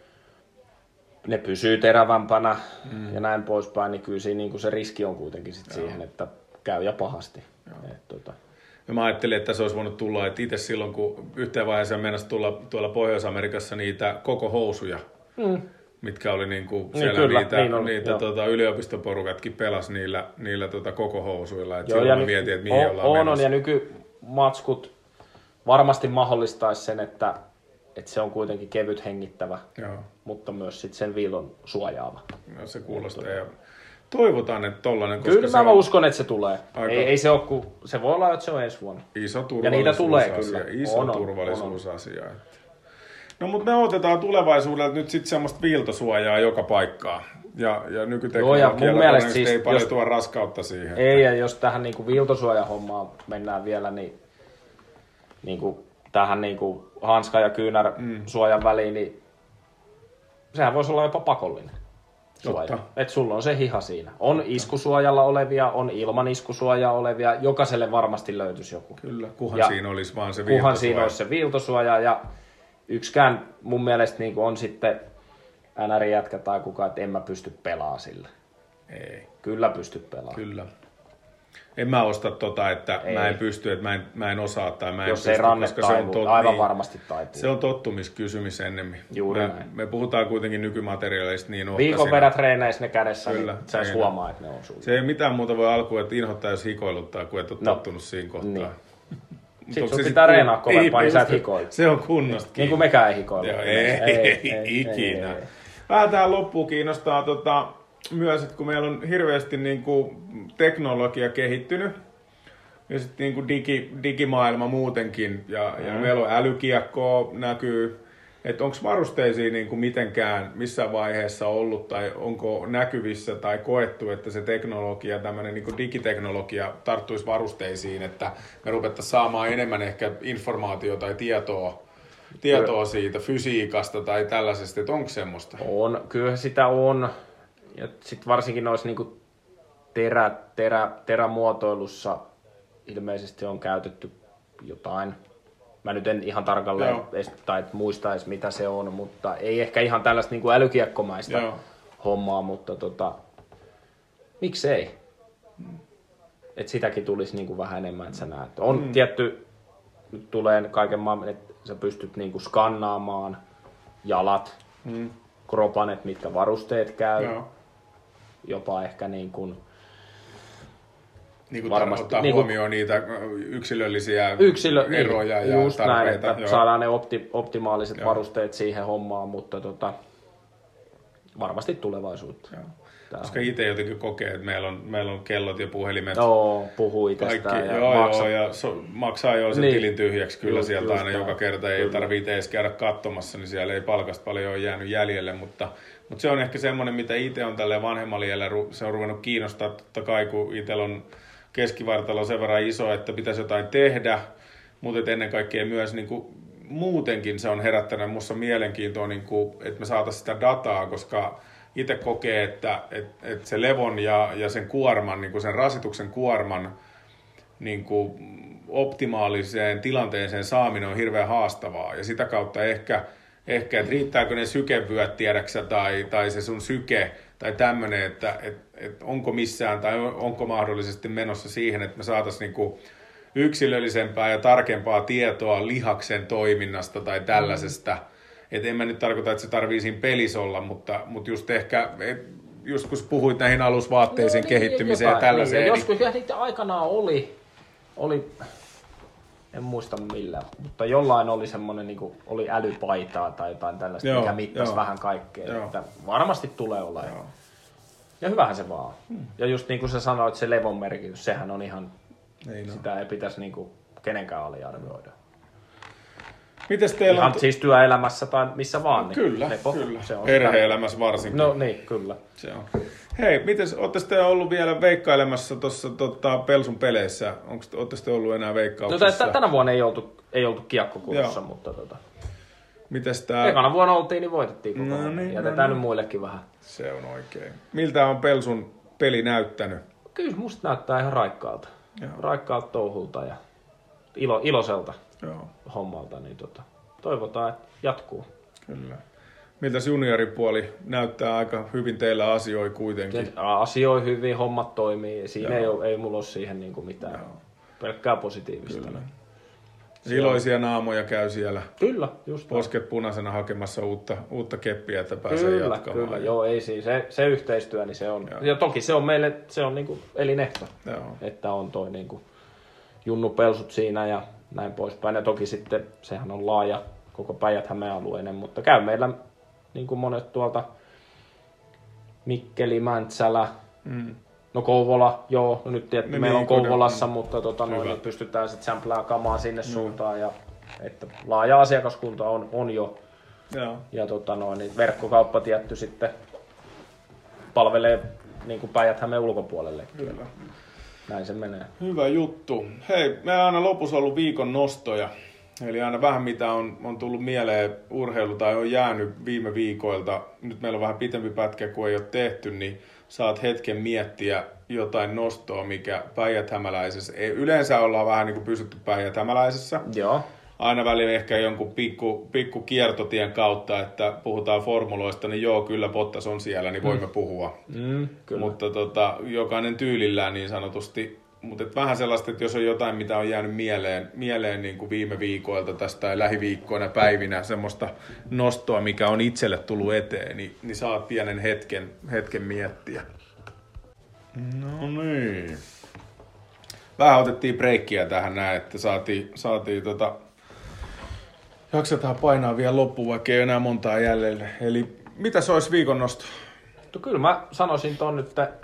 ne pysyy terävämpänä mm. ja näin poispäin, niin kyllä siinä, niin kuin se riski on kuitenkin sit siihen, että käy ja pahasti. Et, tota. Ja mä ajattelin, että se olisi voinut tulla, että itse silloin, kun yhteen vaiheeseen mennessä tulla tuolla Pohjois-Amerikassa niitä koko housuja, mm. mitkä oli niin kuin siellä niin, kyllä, niitä, niin on, niitä tota, yliopistoporukatkin pelasi niillä, niillä tota, koko housuilla. Et joo, silloin mä mietin, että mihin on, ollaan on, menossa. On, ja nykymatskut varmasti mahdollistaisi sen, että, että se on kuitenkin kevyt hengittävä, joo. mutta myös sit sen viilon suojaava. No, se kuulostaa. Ja toivotaan, että tollainen, koska kyllä se mä on... uskon, että se tulee. Ei, ei se ole, kun se voi olla, että se on ensi vuonna. Iso ja niitä tulee kyllä. Iso on, turvallisuusasia. On, on. No mutta me otetaan tulevaisuudelta nyt sitten semmoista viiltosuojaa joka paikkaan. Ja, ja nykyteknologialla todennäköisesti siis, ei paljon jos, tuo raskautta siihen. Ei, ja jos tähän niinku viiltosuojahommaan mennään vielä, niin, niinku, tähän niinku hanska- ja kyynärsuojan mm. väliin, niin sehän voisi olla jopa pakollinen. Suoja. Että sulla on se hiha siinä. On Totta. Iskusuojalla olevia, on ilman iskusuojaa olevia. Jokaiselle varmasti löytyisi joku. Kyllä, kuhan ja siinä olisi vaan se viiltosuoja. Kuhan siinä olisi se viiltosuoja. Ja yksikään mun mielestä niin on sitten N R-jätkä tai kukaan, että en mä pysty pelaamaan sillä. Ei. Kyllä pysty pelaamaan. Kyllä. En mä osta tota, että Ei. mä en pysty, että mä en, mä en osaa tai mä en Jos pysty, ei ranne koska se on, taivu, tot, aivan niin, varmasti taipuu. se on tottumiskysymys ennemmin. Juuri me, näin. me puhutaan kuitenkin nykymateriaaleista niin ohkaisina. Viikon verran treeneissä ne kädessä, Kyllä, niin sä ei huomaa, että ne on sulla. Se ei mitään muuta voi alkuun, että inhottaa, jos hikoiluttaa, kun et ole No. tottunut siinä kohtaa. Niin. Mut Sitten onko sun se pitää sit- reenaa kovempaa, ei niin sä et pysty. hikoile. Se on kunnosta Niin kiinni. kuin mekään ei hikoile. Joo, ei, ei, ei, ikinä. ei. Vähän tähän loppuun kiinnostaa tota, myös, että kun meillä on hirveästi niin kuin, teknologia kehittynyt, ja sitten niin kuin digi, digimaailma muutenkin, ja, mm. ja meillä on älykiekkoa näkyy, että onko varusteisia niin kuin mitenkään missään vaiheessa ollut, tai onko näkyvissä tai koettu, että se teknologia, tämmöinen niin kuin digiteknologia tarttuisi varusteisiin, että me ruvettaisiin saamaan enemmän ehkä informaatiota tai tietoa, tietoa siitä fysiikasta tai tällaisesta, että onko semmoista? On, kyllä sitä on. Ja sitten varsinkin noissa niinku terä, terä, terämuotoilussa ilmeisesti on käytetty jotain. Mä nyt en ihan tarkalleen Joo. edes, tai muista edes mitä se on, mutta ei ehkä ihan tällaista niinku älykiekkomaista Joo. hommaa, mutta tota, miksei? Et sitäkin tulisi niinku vähän enemmän, että sä näet. On mm. tietty, nyt tulee kaiken maailman, että sä pystyt niinku skannaamaan jalat, Mm. kropan, että mitkä varusteet käy. Joo. Jopa ehkä niin kuin Niin kuin varmasti- ottaa niin kuin- huomioon niitä yksilöllisiä yksilö, eroja niin, ja just näin, tarpeita. että Joo. saadaan ne opti, optimaaliset Joo. varusteet siihen hommaan, mutta tota, varmasti tulevaisuutta. Joo. Tää Koska itse jotenkin kokee, että meillä on, meillä on kellot ja puhelimet. Joo, puhuu Kaikki, itsestään ja joo, maksa. joo, ja so, maksaa jo sen Niin. tilin tyhjäksi kyllä Just- sieltä just aina näin. joka kerta. Ei Kyllä. tarvitse edes käydä katsomassa, niin siellä ei palkasta paljon ole jäänyt jäljelle. Mutta, mutta se on ehkä semmoinen, mitä itse on tälleen vanhemmalla iällä, ru- se on ruvennut kiinnostaa totta kai, kun itsellä on keskivartalo sen verran iso, että pitäisi jotain tehdä. Mutta ennen kaikkea myös niin kuin, muutenkin se on herättänyt minussa mielenkiintoa, niin kuin, että me saataisiin sitä dataa, koska itse kokee, että, että, että se levon ja, ja sen kuorman, niin kuin sen rasituksen kuorman niin kuin optimaaliseen tilanteeseen saaminen on hirveän haastavaa. Ja sitä kautta ehkä, ehkä että riittääkö ne sykevyöt, tiedäksä, tai, tai se sun syke, tai tämmöinen, että et, et onko missään, tai onko mahdollisesti menossa siihen, että me saataisiin niin kuin yksilöllisempää ja tarkempaa tietoa lihaksen toiminnasta tai tällaisesta. Että en mä nyt tarkoita, että se tarvii siinä pelissä olla, mutta, mutta just ehkä, et, just kun puhuit näihin alusvaatteisiin No, kehittymiseen jotain, ja tällaiseen. Niin, ja Niin, joskus kyllä niitä aikanaan oli, oli, en muista millään, mutta jollain oli semmoinen, niin kuin, oli älypaitaa tai jotain tällaista, Joo, mikä mittasi joo. vähän kaikkea. Joo. Että varmasti tulee olla. Joo. Ja hyvähän se vaan. Hmm. Ja just niin kuin sä sanoit, se levon merkitys, sehän on ihan, Ei, no. sitä ei pitäisi niin kuin kenenkään aliarvioida. Mites teillä Ihan on... siis työelämässä tai missä vaan. Niin Kyllä, lepo, kyllä. Se on Perhe-elämässä varsinkin. No niin, kyllä. Se on. Hei, mites, ootte te ollut vielä veikkailemassa tuossa tota, Pelsun peleissä? Onko ootte te ollut enää No, veikkauksessa? t- tänä vuonna ei oltu, ei oltu kiekkokunnossa, Joo. mutta tota, Mites tää... ekana vuonna oltiin, niin voitettiin koko No ajan. niin, Jätetään no nyt niin. muillekin vähän. Se on oikein. Miltä on Pelsun peli näyttänyt? Kyllä musta näyttää ihan raikkaalta. Joo. Raikkaalta touhulta ja ilo, iloiselta Joo, hommalta, niin tota, toivotaan, että jatkuu. kyllä. Miltäs junioripuoli näyttää aika hyvin teillä asioi kuitenkin? Asioi hyvin, hommat toimii. Siinä ei, Joo. ole, ei mulla ole siihen niinku mitään. Joo. Pelkkää positiivista. Kyllä. Se Iloisia naamoja käy siellä Kyllä, just näin. posket punaisena hakemassa uutta, uutta keppiä, että pääsee Kyllä, jatkamaan. kyllä. Joo, ei siis. Se, se yhteistyö, niin se on. Joo. Ja toki se on meille, se on niinku elinehto. Joo. Että on toi niinku junnupelsut siinä ja näin poispäin. Ja toki sitten sehän on laaja koko Päijät-Hämeen alueinen, mutta käy meillä niin kuin monet tuolta Mikkeli, Mäntsälä, Mm. no Kouvola, joo, no nyt tietty No meillä niin, on kyllä. Kouvolassa, mutta tota, noin, Hyvä. niin pystytään sitten sämplää kamaa sinne suuntaan ja että laaja asiakaskunta on, on jo Joo. ja tota, noin, niin verkkokauppa tietty sitten palvelee niin kuin Päijät-Hämeen ulkopuolelle. Kyllä. Näin se menee. Hyvä juttu. Hei, me on aina lopussa ollut viikon nostoja. Eli aina vähän mitä on, on tullut mieleen urheilu tai on jäänyt viime viikoilta. Nyt meillä on vähän pitempi pätkä, kun ei ole tehty, niin saat hetken miettiä jotain nostoa, mikä Päijät-Hämäläisessä. Ei, yleensä ollaan vähän niin kuin pysytty Päijät-Hämäläisessä. Joo. Aina välillä ehkä jonkun pikku, pikku kiertotien kautta, että puhutaan formuloista, niin joo, kyllä Bottas on siellä, niin voimme puhua. Mm, kyllä. Mutta tota, jokainen tyylillään niin sanotusti. mutta et vähän sellaista, että jos on jotain, mitä on jäänyt mieleen, mieleen niin kuin viime viikoilta tästä tai lähiviikkoina, päivinä, semmoista nostoa, mikä on itselle tullut eteen, niin, niin saat pienen hetken, hetken miettiä. No niin. Vähän otettiin breikkiä tähän näin, että saatiin, saatiin tota, jaksetaan painaa vielä loppuun, vaikka ei enää montaa jäljelle. Eli mitä se olisi viikon nosto? No kyllä mä sanoisin ton nyt, että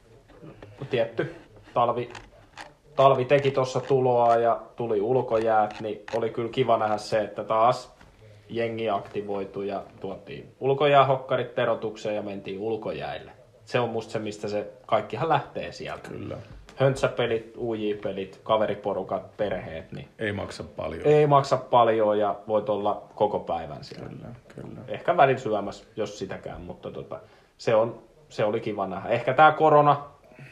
tietty talvi, talvi teki tuossa tuloa ja tuli ulkojäät, niin oli kyllä kiva nähdä se, että taas jengi aktivoitui ja tuotiin ulkojäähokkarit terotukseen ja mentiin ulkojäille. Se on musta se, mistä se kaikkihan lähtee sieltä. Kyllä. Höntsäpelit, U J-pelit, kaveriporukat, perheet, niin ei maksa paljon. Ei maksa paljon ja voit olla koko päivän siellä. Kyllä, kyllä. Ehkä välin syömässä, jos sitäkään, mutta tota, se, on, se oli kiva nähdä. Ehkä tämä korona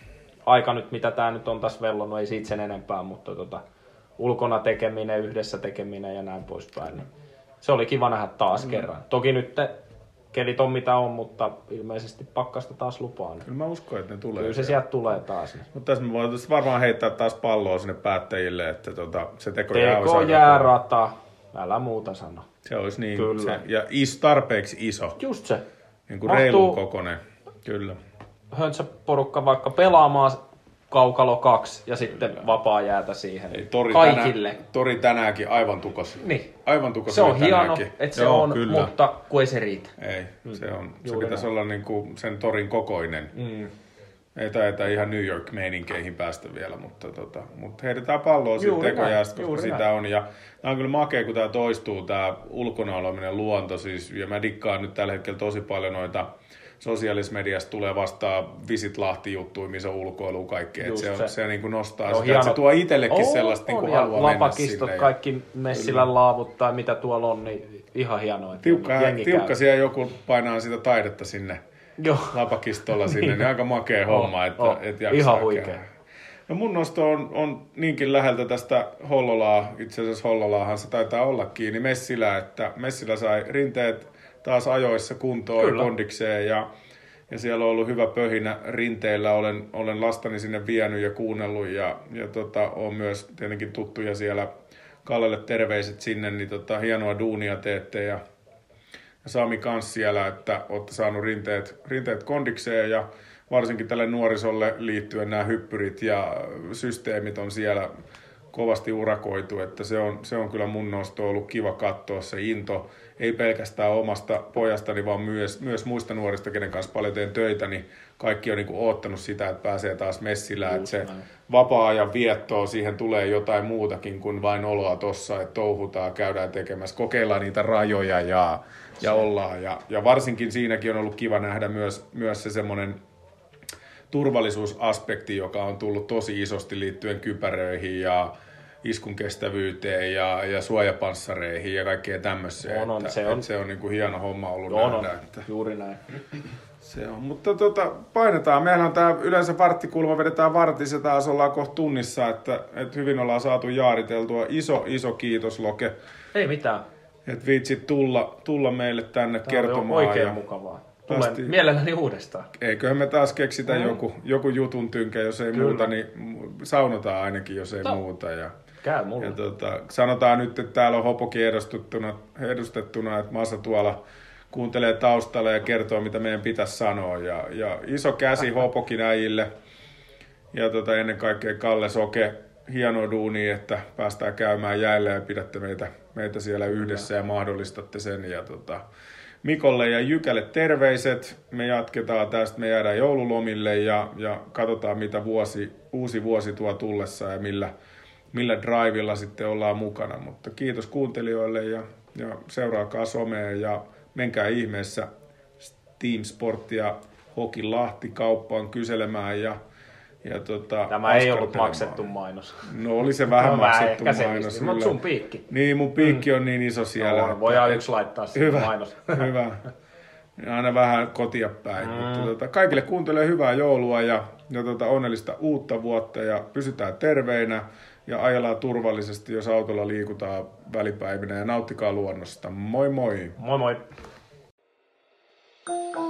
aika nyt, mitä tämä nyt on tässä vellonut, ei siitä sen enempää, mutta tota, ulkona tekeminen, yhdessä tekeminen ja näin poispäin. Niin se oli kiva nähdä taas mm. kerran. Toki nyt te, kelit on mitä on, mutta ilmeisesti pakkasta taas lupaa. Niin. Kyllä mä uskon, että ne tulee. Kyllä se sieltä tulee taas. Niin. Mutta tässä me voitaisiin varmaan heittää taas palloa sinne päättäjille, että tota, se tekojää Teko jäärata, älä muuta sano. Se olisi niin, se, ja is, tarpeeksi iso. Just se. Niin kuin reilun kokoinen, kyllä. Höntsäporukka vaikka pelaamaan kaukalo kaksi ja sitten kyllä. Vapaa jäätä siihen. Ei, tori kaikille. Tänään, tori tänäänkin aivan tukos. Niin. Aivan tukos. Se on hieno, tänäänkin. että se Joo, on, kyllä. Mutta kun ei se riitä. Ei, mm. se, on, se pitäisi näin. Olla niin kuin sen torin kokoinen. Mm. Ei taita ihan New York-meininkeihin päästä vielä, mutta, tota, mutta heitetään palloa siitä tekojäästä, koska sitä näin. On. Ja tämä on kyllä makea, kun tämä toistuu, tämä ulkona oleminen luonto. Siis, ja mä dikkaan nyt tällä hetkellä tosi paljon noita sosiaalisessa mediassa tulee vastaan Visit Lahti-juttuja, missä on ulkoilua kaikkea. Se, on, se niin kuin nostaa sitä, että se tuo itsellekin oh, sellaista, niin kuin haluaa mennä lapakistot, sinne. Kaikki Messilän laavut tai mitä tuolla on, niin ihan hienoa. Tiukka, tiukka siellä joku painaa sitä taidetta sinne Joo. lapakistolla sinne, niin aika makea homma, että oh, et jaksaa ihan huikea. No mun nosto on, on niinkin läheltä tästä Hollolaa, itse asiassa Hollolaahan se taitaa ollakin, niin Messilä, että Messilä sai rinteet taas ajoissa kuntoon Kyllä. kondikseen ja, ja siellä on ollut hyvä pöhinä rinteillä. Olen, olen lastani sinne vienyt ja kuunnellut ja, ja tota, on myös tietenkin tuttuja siellä. Kallelle terveiset sinne, niin tota, hienoa duunia teette ja, ja Sami kanssa siellä, että olette saanut rinteet, rinteet kondikseen ja varsinkin tälle nuorisolle liittyen nämä hyppyrit ja systeemit on siellä kovasti urakoitu, että se on, se on kyllä mun nosto ollut kiva katsoa se into, ei pelkästään omasta pojastani, vaan myös, myös muista nuorista, kenen kanssa paljon teen töitä, niin kaikki on niin kuin oottanut sitä, että pääsee taas messillä, että se vapaa-ajan viettoa, siihen tulee jotain muutakin kuin vain oloa tossa, että touhutaan, käydään tekemässä, kokeillaan niitä rajoja ja, ja ollaan, ja, ja varsinkin siinäkin on ollut kiva nähdä myös, myös se semmoinen turvallisuusaspekti, joka on tullut tosi isosti liittyen kypäröihin ja iskun kestävyyteen ja, ja suojapanssareihin ja kaikkeen tämmöiseen. On, on, että, se on. se on niin kuin hieno homma ollut on, nähdä. On, että juuri näin. Se on, mutta tota, painetaan. Meillä on tämä yleensä varttikulma, vedetään vartissa ja taas ollaan kohta tunnissa, että, että hyvin ollaan saatu jaariteltua. Iso, iso kiitos Loke. Ei mitään. Että viitsit tulla, tulla meille tänne Tämä kertomaan. On oikein ja mukavaa. Tulen Tästi, mielelläni uudestaan. Eiköhän me taas keksitä mm. joku, joku jutun tynkä, jos ei Kyllä. muuta, niin saunotaan ainakin, jos ei no. muuta. Ja, Käy mulla. Ja tota, sanotaan nyt, että täällä on Hopokin edustettuna, edustettuna että Masa tuolla kuuntelee taustalla ja kertoo, mitä meidän pitäisi sanoa. Ja, ja iso käsi Hopokin äijille ja tota, ennen kaikkea Kalle Soke, hienoa duunia, että päästään käymään jäällä ja pidätte meitä, meitä siellä yhdessä ja mahdollistatte sen. Ja tota, Mikolle ja Jykälle terveiset. Me jatketaan tästä, me jäädään joululomille ja, ja katsotaan, mitä vuosi, uusi vuosi tuo tullessa ja millä, millä drivilla sitten ollaan mukana. Mutta kiitos kuuntelijoille ja, ja seuraakaa somea ja menkää ihmeessä Team Sportia Hokin Lahti kauppaan kyselemään ja Ja tota, Tämä ei ollut maksettu mainos. No oli se vähän no, maksettu mainos. Mutta sun piikki. Niin, mun piikki mm. on niin iso siellä. No, voidaan yksi laittaa siihen mainos. Hyvä. Aina vähän kotia päin. Mm. Mutta tota, kaikille kuuntelijoille hyvää joulua ja, ja tota, onnellista uutta vuotta ja pysytään terveinä ja ajellaan turvallisesti, jos autolla liikutaan välipäivinä ja nauttikaa luonnosta. Moi moi! Moi moi!